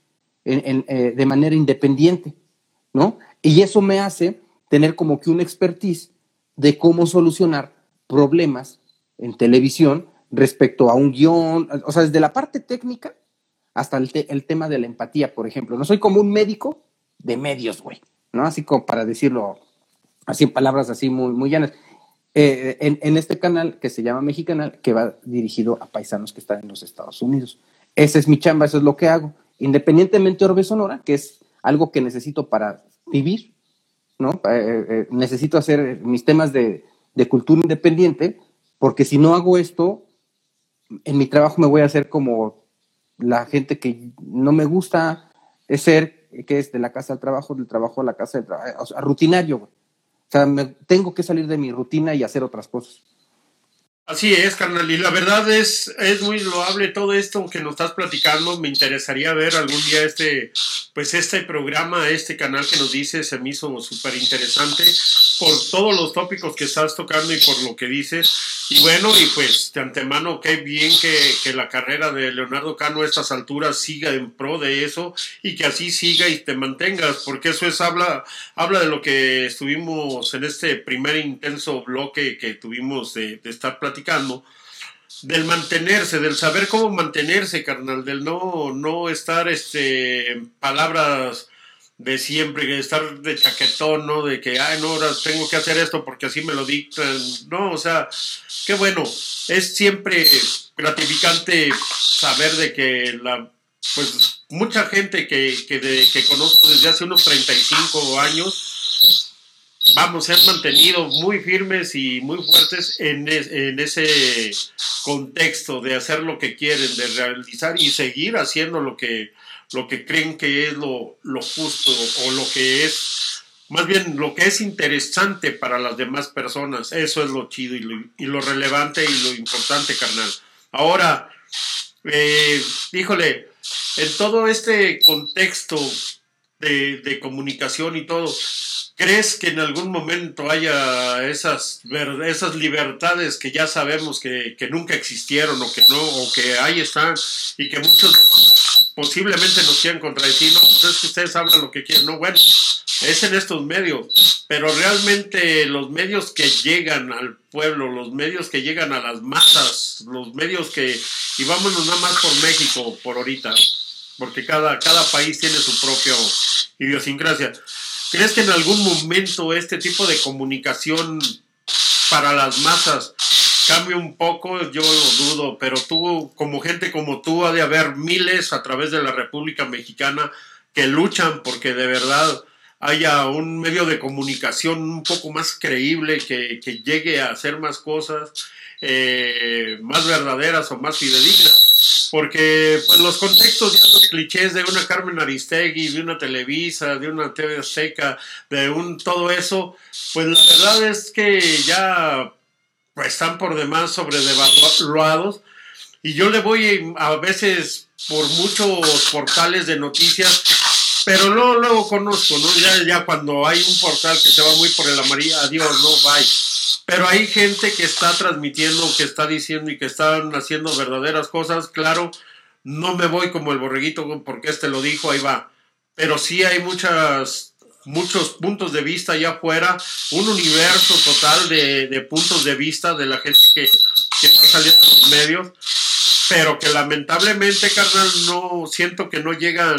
de manera independiente, ¿no? Y eso me hace tener como que una expertise de cómo solucionar problemas en televisión respecto a un guión, o sea, desde la parte técnica hasta el tema de la empatía, por ejemplo. No soy como un médico de medios, güey, ¿no? Así como para decirlo así en palabras así muy, muy llanas. En este canal que se llama Mexicanal, que va dirigido a paisanos que están en los Estados Unidos. Esa es mi chamba, eso es lo que hago. Independientemente de Orbe Sonora, que es algo que necesito para vivir, ¿no? Necesito hacer mis temas de cultura independiente, porque si no hago esto, en mi trabajo me voy a hacer como la gente que no me gusta ser, que es de la casa al trabajo, del trabajo a la casa, o sea, rutinario, güey. O sea, tengo que salir de mi rutina y hacer otras cosas. Así es, carnal, y la verdad es muy loable todo esto que nos estás platicando. Me interesaría ver algún día este programa, este canal que nos dices. Se me hizo súper interesante por todos los tópicos que estás tocando y por lo que dices. Y bueno, y pues de antemano, qué bien que la carrera de Leonardo Cano a estas alturas siga en pro de eso, y que así siga y te mantengas, porque eso habla de lo que estuvimos en este primer intenso bloque que tuvimos de estar platicando, del mantenerse, del saber cómo mantenerse, carnal, del no estar en palabras de siempre, de estar de chaquetón, ¿no? De que, no, ahora tengo que hacer esto porque así me lo dictan. No, o sea, qué bueno. Es siempre gratificante saber de que pues mucha gente que conozco desde hace unos 35 años, vamos, se han mantenido muy firmes y muy fuertes en ese contexto de hacer lo que quieren, de realizar y seguir haciendo lo que creen que es lo justo, o lo que es, más bien, lo que es interesante para las demás personas. Eso es lo chido y lo relevante y lo importante, carnal. Ahora, híjole, en todo este contexto de comunicación y todo, ¿crees que en algún momento haya esas libertades que ya sabemos que nunca existieron, o que no, o que ahí están, y que muchos posiblemente nos quieran contradecir? No, pues es que ustedes hablan lo que quieren. No, bueno, es en estos medios, pero realmente los medios que llegan al pueblo, los medios que llegan a las masas, los medios y vámonos nada más por México por ahorita, porque cada país tiene su propia idiosincrasia. ¿Crees que en algún momento este tipo de comunicación para las masas cambie un poco? Yo lo dudo, pero tú, como gente como tú, ha de haber miles a través de la República Mexicana que luchan porque de verdad haya un medio de comunicación un poco más creíble, que llegue a hacer más cosas más verdaderas o más fidedignas, porque pues, los contextos y los clichés de una Carmen Aristegui, de una Televisa, de una TV Azteca, todo eso, pues la verdad es que ya pues, están por demás sobredevaluados, y yo le voy a veces por muchos portales de noticias, pero luego conozco, ¿no? Ya cuando hay un portal que se va muy por el amarillo, adiós, no, bye. Pero hay gente que está transmitiendo, que está diciendo y que están haciendo verdaderas cosas. Claro, no me voy como el borreguito porque lo dijo, ahí va. Pero sí hay muchos puntos de vista allá afuera, un universo total de puntos de vista de la gente que está saliendo en los medios. pero que lamentablemente, carnal, no siento que no llegan,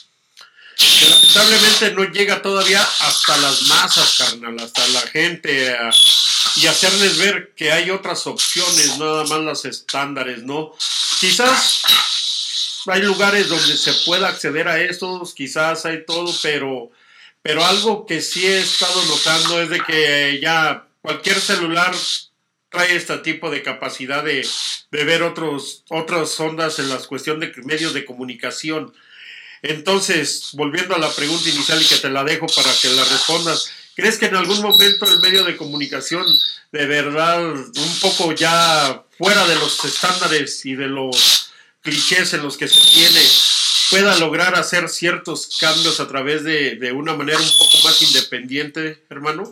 que lamentablemente no llega todavía hasta las masas, carnal, hasta la gente, y hacerles ver que hay otras opciones, nada más las estándares, ¿no? Quizás hay lugares donde se pueda acceder a estos, quizás hay todo, pero algo que sí he estado notando es de que ya cualquier celular trae este tipo de capacidad de ver otras ondas en la cuestión de medios de comunicación. Entonces, volviendo a la pregunta inicial y que te la dejo para que la respondas, ¿crees que en algún momento el medio de comunicación, de verdad, un poco ya fuera de los estándares y de los clichés en los que se tiene, pueda lograr hacer ciertos cambios a través de una manera un poco más independiente, hermano?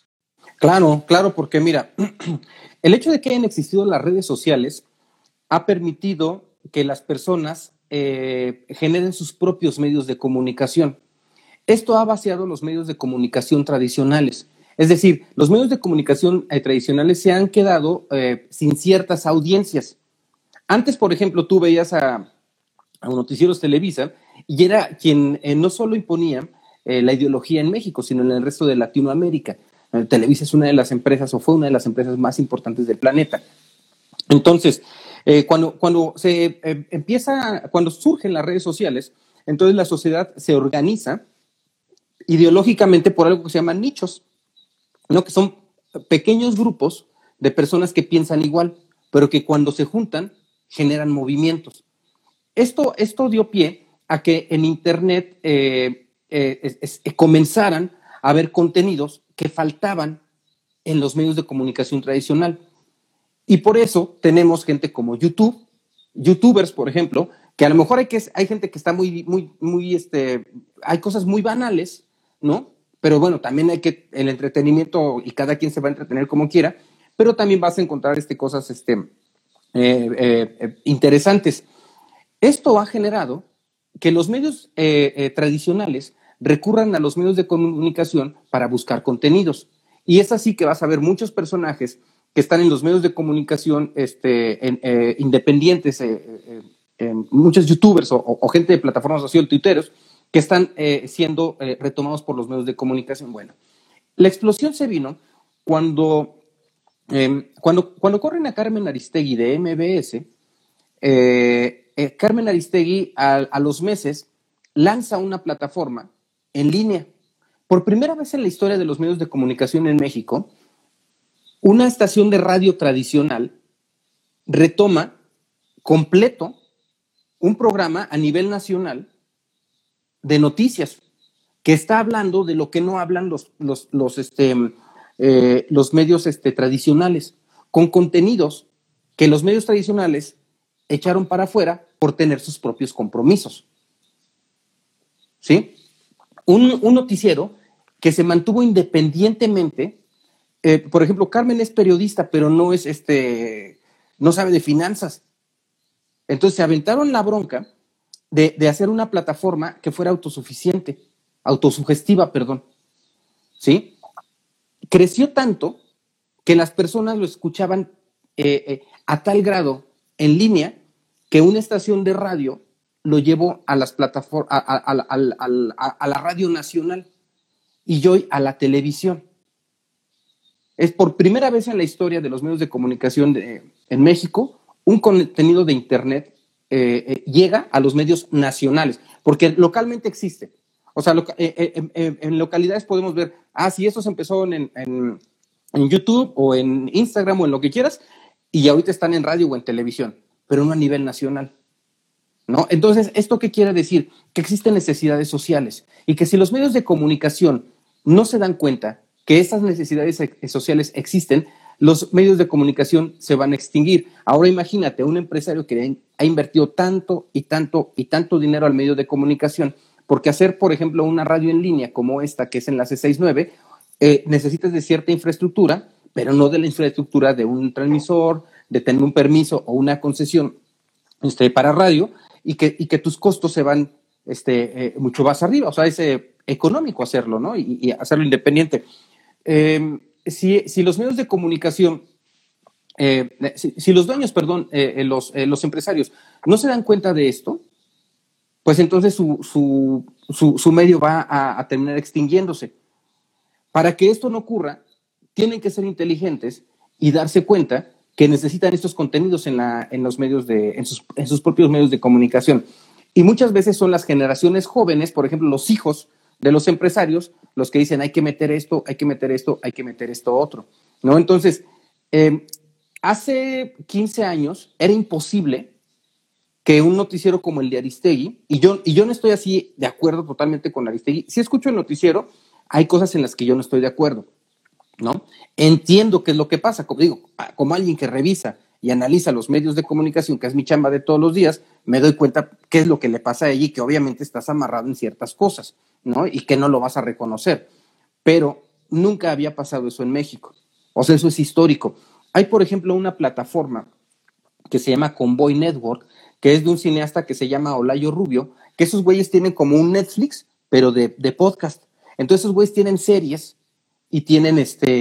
Claro, porque mira, el hecho de que hayan existido las redes sociales ha permitido que las personas generen sus propios medios de comunicación. Esto ha vaciado los medios de comunicación tradicionales. Es decir, los medios de comunicación tradicionales se han quedado sin ciertas audiencias. Antes, por ejemplo, tú veías a Noticieros Televisa y era quien no solo imponía la ideología en México, sino en el resto de Latinoamérica. Televisa es una de las empresas, o fue una de las empresas más importantes del planeta. Entonces, cuando surgen las redes sociales, entonces la sociedad se organiza ideológicamente por algo que se llaman nichos, ¿no? Que son pequeños grupos de personas que piensan igual, pero que cuando se juntan generan movimientos. Esto dio pie a que en Internet comenzaran a haber contenidos que faltaban en los medios de comunicación tradicional. Y por eso tenemos gente como youtubers, por ejemplo, que a lo mejor hay gente que está hay cosas muy banales, ¿no? Pero bueno, también el entretenimiento, y cada quien se va a entretener como quiera, pero también vas a encontrar cosas interesantes. Esto ha generado que los medios tradicionales recurran a los medios de comunicación para buscar contenidos. Y es así que vas a ver muchos personajes que están en los medios de comunicación independientes, muchos youtubers o gente de plataformas sociales, tuiteros, que están siendo retomados por los medios de comunicación. Bueno, la explosión se vino cuando corren a Carmen Aristegui de MBS. Carmen Aristegui a los meses lanza una plataforma en línea. Por primera vez en la historia de los medios de comunicación en México, una estación de radio tradicional retoma completo un programa a nivel nacional de noticias que está hablando de lo que no hablan los medios tradicionales, con contenidos que los medios tradicionales echaron para afuera por tener sus propios compromisos. ¿Sí? Un noticiero que se mantuvo independientemente. Por ejemplo, Carmen es periodista, pero no sabe de finanzas. Entonces se aventaron la bronca de hacer una plataforma que fuera autosugestiva, ¿sí? Creció tanto que las personas lo escuchaban a tal grado en línea que una estación de radio lo llevó a las plataformas, a la radio nacional y hoy a la televisión. Es por primera vez en la historia de los medios de comunicación en México, un contenido de Internet llega a los medios nacionales, porque localmente existe. O sea, en localidades podemos ver, si esto se empezó en YouTube o en Instagram o en lo que quieras, y ahorita están en radio o en televisión, pero no a nivel nacional, ¿no? Entonces, ¿esto qué quiere decir? Que existen necesidades sociales y que si los medios de comunicación no se dan cuenta que esas necesidades sociales existen, los medios de comunicación se van a extinguir. Ahora imagínate un empresario que ha invertido tanto y tanto y tanto dinero al medio de comunicación, porque hacer, por ejemplo, una radio en línea como esta, que es Enlace 69, necesitas de cierta infraestructura, pero no de la infraestructura de un transmisor, de tener un permiso o una concesión para radio, y que tus costos se van mucho más arriba. O sea, es económico hacerlo, ¿no? Y hacerlo independiente. Si los medios de comunicación si los dueños, perdón, los empresarios no se dan cuenta de esto, pues entonces su medio va a terminar extinguiéndose. Para que esto no ocurra, tienen que ser inteligentes y darse cuenta que necesitan estos contenidos en sus propios medios de comunicación. Y muchas veces son las generaciones jóvenes, por ejemplo, los hijos de los empresarios, los que dicen hay que meter esto, hay que meter esto, hay que meter esto otro, ¿no? Entonces, hace 15 años era imposible que un noticiero como el de Aristegui, y yo no estoy así de acuerdo totalmente con Aristegui, si escucho el noticiero, hay cosas en las que yo no estoy de acuerdo, ¿no? Entiendo qué es lo que pasa, como alguien que revisa y analiza los medios de comunicación, que es mi chamba de todos los días, me doy cuenta qué es lo que le pasa a ella y que obviamente estás amarrado en ciertas cosas, ¿no? Y que no lo vas a reconocer. Pero nunca había pasado eso en México. O sea, eso es histórico. Hay, por ejemplo, una plataforma que se llama Convoy Network, que es de un cineasta que se llama Olayo Rubio, que esos güeyes tienen como un Netflix, pero de podcast. Entonces esos güeyes tienen series y tienen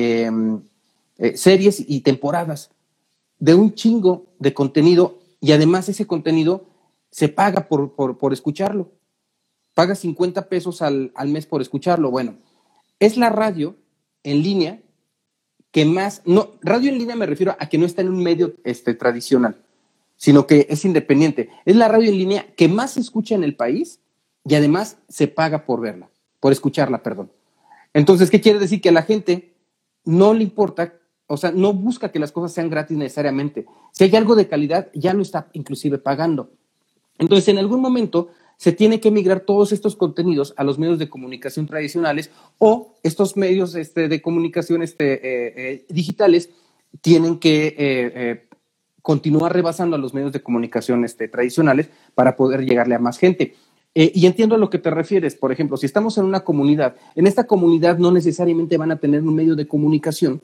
series y temporadas de un chingo de contenido, y además ese contenido se paga por escucharlo. Paga 50 pesos al mes por escucharlo. Bueno, es la radio en línea que más, no, radio en línea me refiero a que no está en un medio tradicional, sino que es independiente. Es la radio en línea que más se escucha en el país y además se paga por escucharla, perdón. Entonces, ¿qué quiere decir? Que a la gente no le importa, o sea, no busca que las cosas sean gratis necesariamente. Si hay algo de calidad, ya lo está inclusive pagando. Entonces, en algún momento se tiene que migrar todos estos contenidos a los medios de comunicación tradicionales, o estos medios de comunicación digitales tienen que continuar rebasando a los medios de comunicación tradicionales para poder llegarle a más gente. Y entiendo a lo que te refieres. Por ejemplo, si estamos en una comunidad, en esta comunidad no necesariamente van a tener un medio de comunicación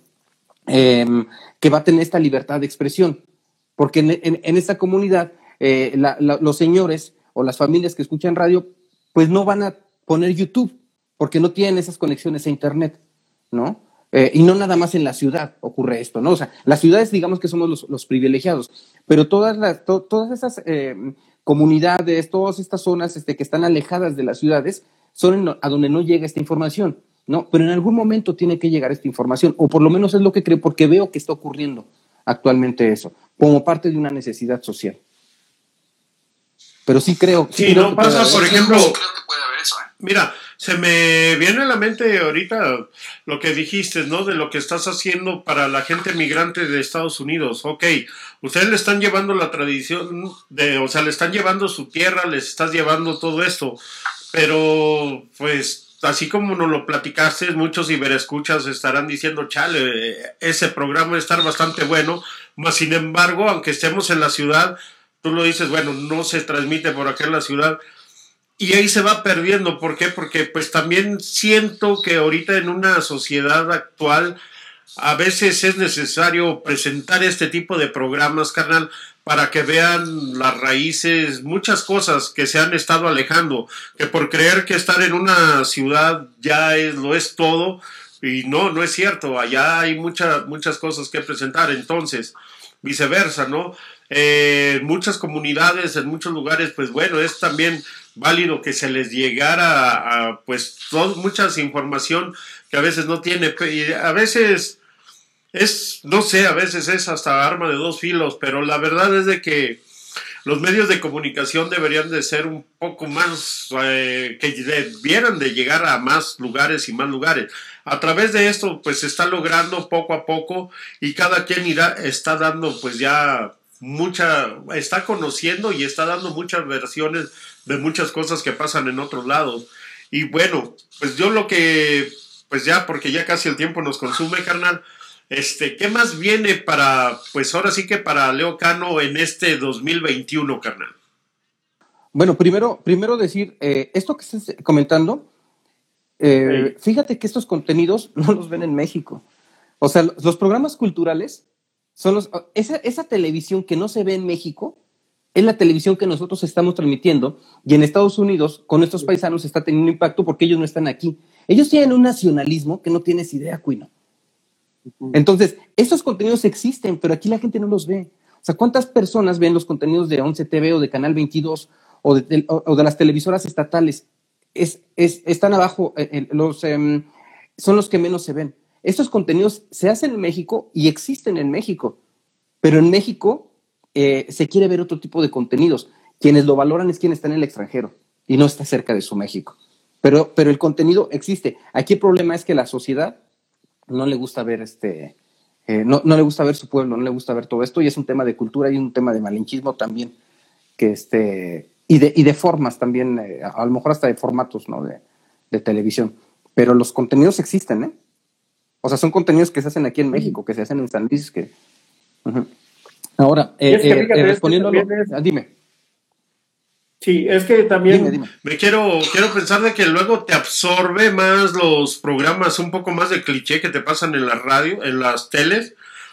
que va a tener esta libertad de expresión, porque en esta comunidad los señores o las familias que escuchan radio, pues no van a poner YouTube, porque no tienen esas conexiones a internet, ¿no? Y no nada más en la ciudad ocurre esto, ¿no? O sea, las ciudades, digamos que somos los privilegiados, pero todas esas comunidades, todas estas zonas que están alejadas de las ciudades, son a donde no llega esta información, ¿no? Pero en algún momento tiene que llegar esta información, o por lo menos es lo que creo, porque veo que está ocurriendo actualmente eso, como parte de una necesidad social. Pero sí creo. Sí, no pasa, por ejemplo. Creo que puede haber eso, Mira, se me viene a la mente ahorita lo que dijiste, ¿no? De lo que estás haciendo para la gente migrante de Estados Unidos. Ok, ustedes le están llevando la tradición, o sea, le están llevando su tierra, les estás llevando todo esto. Pero, pues, así como nos lo platicaste, muchos ciberescuchas estarán diciendo, chale, ese programa va a estar bastante bueno. Mas, sin embargo, aunque estemos en la ciudad, tú lo dices, bueno, no se transmite por acá en la ciudad, y ahí se va perdiendo. ¿Por qué? Porque pues también siento que ahorita en una sociedad actual a veces es necesario presentar este tipo de programas, carnal, para que vean las raíces, muchas cosas que se han estado alejando, que por creer que estar en una ciudad ya lo es todo, y no es cierto, allá hay muchas cosas que presentar. Entonces, viceversa, ¿no? En muchas comunidades, en muchos lugares, pues bueno, es también válido que se les llegara pues mucha información que a veces no tiene, y a veces no sé, a veces es hasta arma de dos filos, pero la verdad es de que los medios de comunicación deberían de ser un poco más, que debieran de llegar a más lugares y más lugares. A través de esto, pues se está logrando poco a poco, y cada quien está dando pues ya está conociendo y está dando muchas versiones de muchas cosas que pasan en otros lados. Y bueno, pues yo pues ya, porque ya casi el tiempo nos consume, carnal, ¿qué más viene pues ahora sí que para Leo Cano en este 2021, carnal? Bueno, primero decir, esto que estás comentando, fíjate que estos contenidos no los ven en México. O sea, los programas culturales son esa televisión que no se ve en México es la televisión que nosotros estamos transmitiendo, y en Estados Unidos con estos paisanos está teniendo impacto porque ellos no están aquí. Ellos tienen un nacionalismo que no tienes idea, Cuino. Entonces, estos contenidos existen, pero aquí la gente no los ve. O sea, ¿cuántas personas ven los contenidos de 11 TV o de Canal 22 o de las televisoras estatales? Están abajo, son los que menos se ven. Estos contenidos se hacen en México y existen en México, pero en México se quiere ver otro tipo de contenidos. Quienes lo valoran es quienes están en el extranjero y no está cerca de su México. Pero el contenido existe. Aquí el problema es que la sociedad no le gusta ver no le gusta ver su pueblo, no le gusta ver todo esto, y es un tema de cultura y un tema de malinchismo también, y de formas también, a lo mejor hasta de formatos, ¿no? de televisión. Pero los contenidos existen, ¿eh? O sea, son contenidos que se hacen aquí en México, que se hacen en San Luis, que... Uh-huh. Ahora, respondiendo a lo... Dime. Sí, es que también... Dime. Me quiero pensar de que luego te absorbe más los programas un poco más de cliché que te pasan en la radio, en las teles,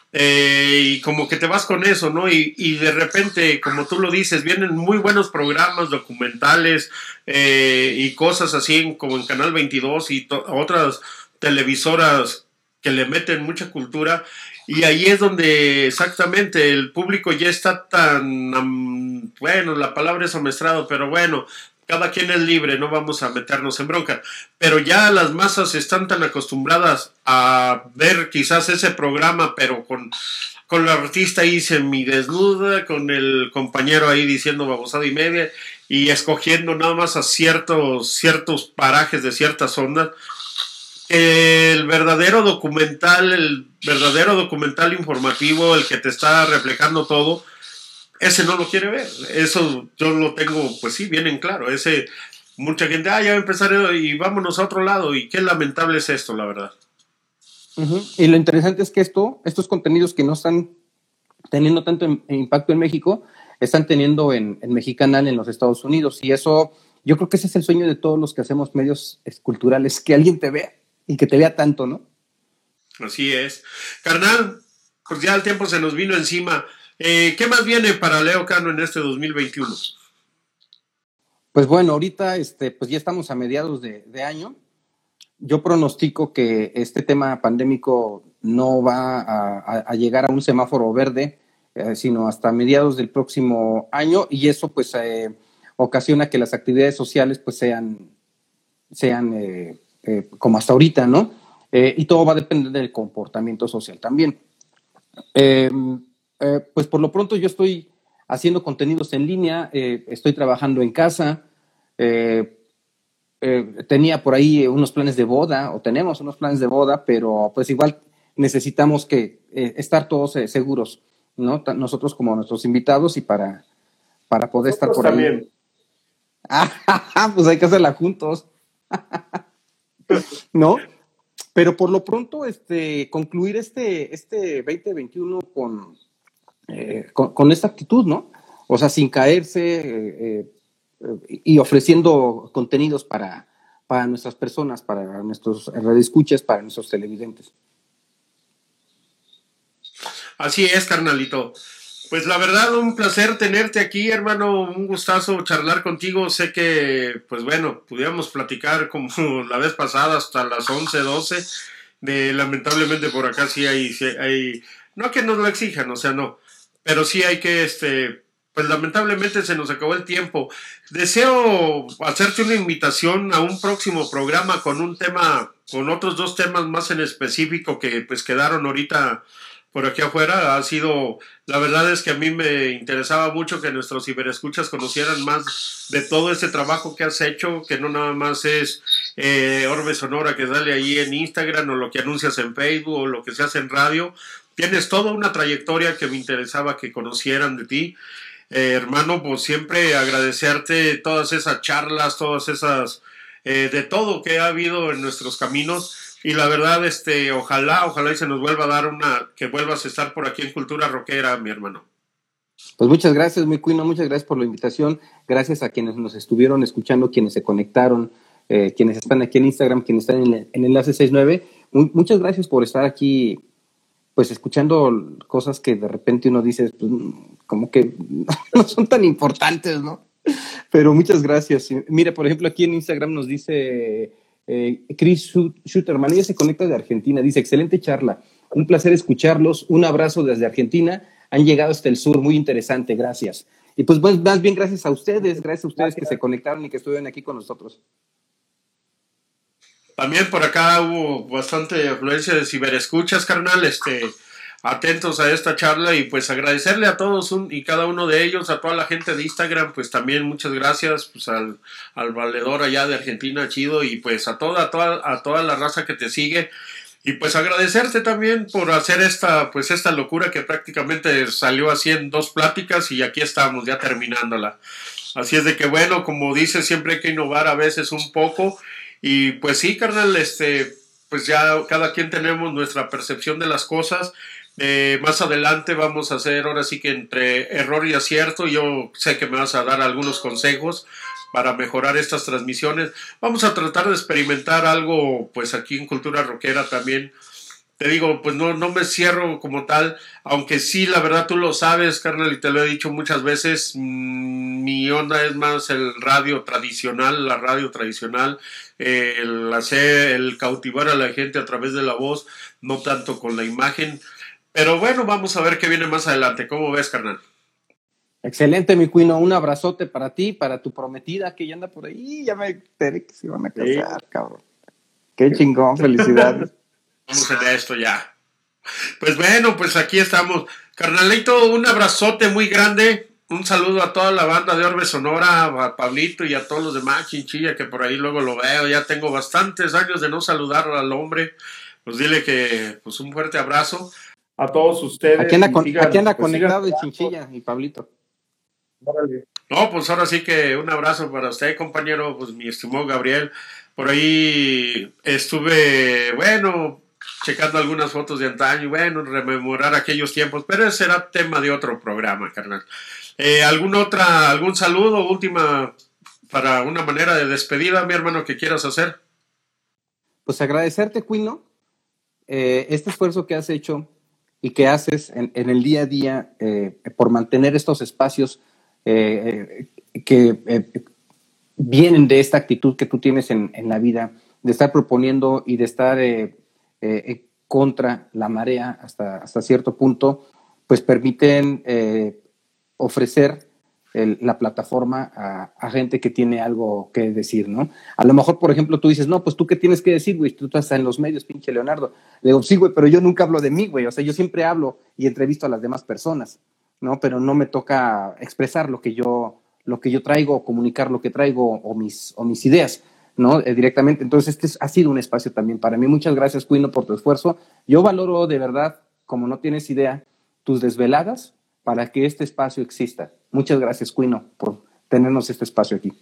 y como que te vas con eso, ¿no? Y de repente, como tú lo dices, vienen muy buenos programas documentales y cosas así como en Canal 22 y otras televisoras que le meten mucha cultura. Y ahí es donde exactamente el público ya está tan, bueno, la palabra es amestrado, pero bueno, cada quien es libre, no vamos a meternos en bronca. Pero ya las masas están tan acostumbradas a ver quizás ese programa, pero con la artista ahí semidesnuda, con el compañero ahí diciendo babosada y media, y escogiendo nada más a ciertos parajes de ciertas zonas. El verdadero documental informativo, el que te está reflejando todo, ese no lo quiere ver. Eso yo lo tengo, pues sí, bien en claro. Ese, mucha gente, ya va a empezar y vámonos a otro lado. Y qué lamentable es esto, la verdad. Uh-huh. Y lo interesante es que estos contenidos que no están teniendo tanto impacto en México, están teniendo en Mexicanal en los Estados Unidos. Y eso, yo creo que ese es el sueño de todos los que hacemos medios culturales, que alguien te vea. Y que te vea tanto, ¿no? Así es. Carnal, pues ya el tiempo se nos vino encima. ¿Qué más viene para Leo Cano en este 2021? Pues bueno, ahorita pues ya estamos a mediados de año. Yo pronostico que este tema pandémico no va a llegar a un semáforo verde, sino hasta mediados del próximo año, y eso pues ocasiona que las actividades sociales pues sean como hasta ahorita, ¿no? Y todo va a depender del comportamiento social también. Pues por lo pronto yo estoy haciendo contenidos en línea, estoy trabajando en casa, tenía por ahí unos planes de boda, o tenemos unos planes de boda, pero pues igual necesitamos estar todos seguros, ¿no? Nosotros como nuestros invitados, y para poder estar por también. Ahí. Pues hay que hacerla juntos. ¿No? Pero por lo pronto, concluir este 2021 con esta actitud, ¿no? O sea, sin caerse y ofreciendo contenidos para nuestras personas, para nuestros radioescuchas, para nuestros televidentes. Así es, carnalito. Pues la verdad, un placer tenerte aquí, hermano, un gustazo charlar contigo. Sé que, pues bueno, pudiéramos platicar como la vez pasada hasta las 11, 12. Lamentablemente por acá sí hay, no que nos lo exijan, o sea, no, pero sí hay que, pues lamentablemente se nos acabó el tiempo. Deseo hacerte una invitación a un próximo programa con otros 2 temas más en específico que pues quedaron ahorita por aquí afuera. La verdad es que a mí me interesaba mucho que nuestros ciberescuchas conocieran más de todo este trabajo que has hecho, que no nada más es Orbe Sonora que sale ahí en Instagram, o lo que anuncias en Facebook, o lo que se hace en radio. Tienes toda una trayectoria que me interesaba que conocieran de ti. Hermano, pues siempre agradecerte todas esas charlas, todas esas, de todo que ha habido en nuestros caminos. Y la verdad, ojalá y se nos vuelva a dar que vuelvas a estar por aquí en Cultura Rockera, mi hermano. Pues muchas gracias, mi cuino, muchas gracias por la invitación. Gracias a quienes nos estuvieron escuchando, quienes se conectaron, quienes están aquí en Instagram, quienes están en Enlace 69. Muchas gracias por estar aquí, pues escuchando cosas que de repente uno dice, pues, como que no son tan importantes, ¿no? Pero muchas gracias. Mira, por ejemplo, aquí en Instagram nos dice Chris Schuterman, ella se conecta de Argentina, dice: excelente charla, Un placer escucharlos. Un abrazo desde Argentina. Han llegado hasta el sur, muy interesante, gracias. Y pues más bien gracias a ustedes que se conectaron y que estuvieron aquí con nosotros. También por acá hubo bastante afluencia de ciberescuchas, carnal, atentos a esta charla y pues agradecerle a todos y cada uno de ellos, a toda la gente de Instagram, pues también muchas gracias, pues al valedor allá de Argentina, chido, y pues a toda la raza que te sigue. Y pues agradecerte también por hacer esta locura que prácticamente salió así en 2 pláticas y aquí estamos ya terminándola. Así es de que bueno, como dices, siempre hay que innovar a veces un poco y pues sí, carnal, pues ya cada quien tenemos nuestra percepción de las cosas. Más adelante vamos a hacer ahora sí que entre error y acierto. Yo sé que me vas a dar algunos consejos para mejorar estas transmisiones. Vamos a tratar de experimentar algo, pues aquí en Cultura Rockera también. Te digo, pues no me cierro como tal, aunque sí, la verdad tú lo sabes, carnal, y te lo he dicho muchas veces, mi onda es más el radio tradicional, la radio tradicional, el cautivar a la gente a través de la voz, no tanto con la imagen. Pero bueno, vamos a ver qué viene más adelante. ¿Cómo ves, carnal? Excelente, mi cuino. Un abrazote para ti, para tu prometida que ya anda por ahí. Ya me enteré que se van a casar, cabrón. Qué chingón, felicidades. Vamos en esto ya. Pues bueno, pues aquí estamos. Carnalito, un abrazote muy grande. Un saludo a toda la banda de Orbe Sonora, a Pablito y a todos los demás, Chinchilla, que por ahí luego lo veo. Ya tengo bastantes años de no saludar al hombre. Pues dile que pues un fuerte abrazo. A todos ustedes. Aquí anda conectado de Chinchilla y Pablito. No, pues ahora sí que un abrazo para usted, compañero, pues mi estimado Gabriel. Por ahí estuve, bueno, checando algunas fotos de antaño, bueno, rememorar aquellos tiempos, pero ese será tema de otro programa, carnal. ¿Algún saludo última para una manera de despedida, mi hermano, que quieras hacer? Pues agradecerte, Cuino, este esfuerzo que has hecho y que haces en el día a día por mantener estos espacios que vienen de esta actitud que tú tienes en la vida, de estar proponiendo y de estar contra la marea hasta cierto punto, pues permiten ofrecer la plataforma a gente que tiene algo que decir, ¿no? A lo mejor, por ejemplo, tú dices, no, pues tú qué tienes que decir, güey, tú estás en los medios, pinche Leonardo. Le digo, sí, güey, pero yo nunca hablo de mí, güey, o sea, yo siempre hablo y entrevisto a las demás personas, ¿no? Pero no me toca expresar lo que yo traigo, comunicar lo que traigo o mis ideas, ¿no? Directamente. Entonces, ha sido un espacio también para mí. Muchas gracias, Cuino, por tu esfuerzo. Yo valoro de verdad, como no tienes idea, tus desveladas para que este espacio exista. Muchas gracias, Cuino, por tenernos este espacio aquí.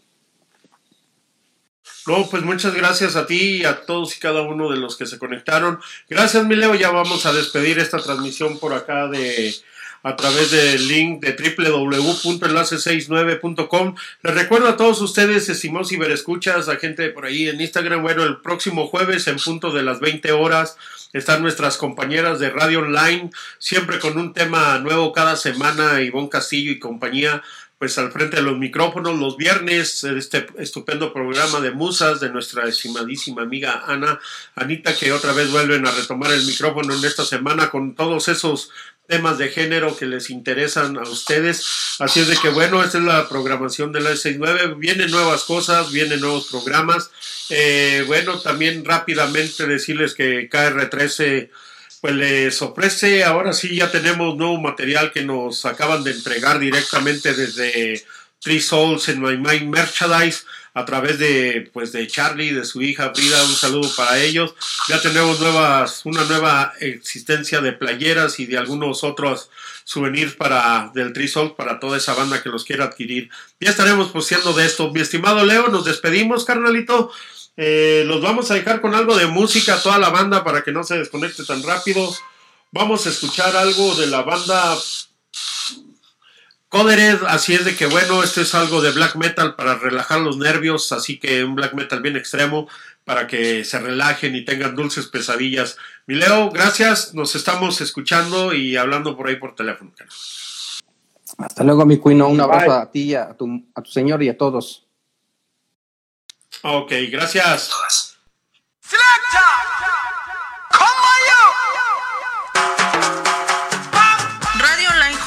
No, pues muchas gracias a ti y a todos y cada uno de los que se conectaron. Gracias, mi Leo. Ya vamos a despedir esta transmisión por acá a través del link de www.enlace69.com. Les recuerdo a todos ustedes, estimados ciberescuchas, a gente por ahí en Instagram, bueno, el próximo jueves en punto de las 20 horas están nuestras compañeras de Radio Online, siempre con un tema nuevo cada semana, Ivonne Castillo y compañía, pues al frente de los micrófonos los viernes, este estupendo programa de musas de nuestra estimadísima amiga Anita, que otra vez vuelven a retomar el micrófono en esta semana con todos esos temas de género que les interesan a ustedes. Así es de que bueno, esta es la programación de la 69, vienen nuevas cosas, vienen nuevos programas. Bueno, también rápidamente decirles que KR13 pues les ofrece, ahora sí ya tenemos nuevo material que nos acaban de entregar directamente desde Three Souls en My Mind Merchandise, a través de Charlie, de su hija Frida. Un saludo para ellos. Ya tenemos una nueva existencia de playeras y de algunos otros souvenirs del Three Souls para toda esa banda que los quiera adquirir. Ya estaremos posteando de esto. Mi estimado Leo, nos despedimos, carnalito. Los vamos a dejar con algo de música a toda la banda para que no se desconecte tan rápido. Vamos a escuchar algo de la banda Codered, así es de que bueno, esto es algo de black metal para relajar los nervios, así que un black metal bien extremo para que se relajen y tengan dulces pesadillas. Mi Leo, gracias, nos estamos escuchando y hablando por ahí por teléfono. Hasta luego, mi Cuino, un abrazo a ti, a tu señor y a todos. Ok, gracias. Selector, come on you.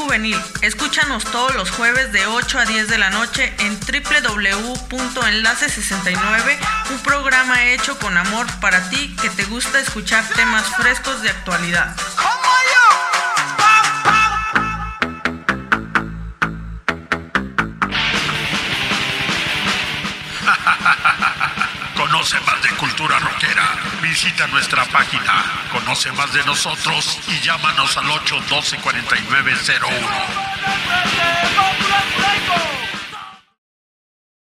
Juvenil. Escúchanos todos los jueves de 8 a 10 de la noche en www.enlace69, un programa hecho con amor para ti que te gusta escuchar temas frescos de actualidad. Conoce más de cultura rockera. Visita nuestra página, conoce más de nosotros y llámanos al 812-4901.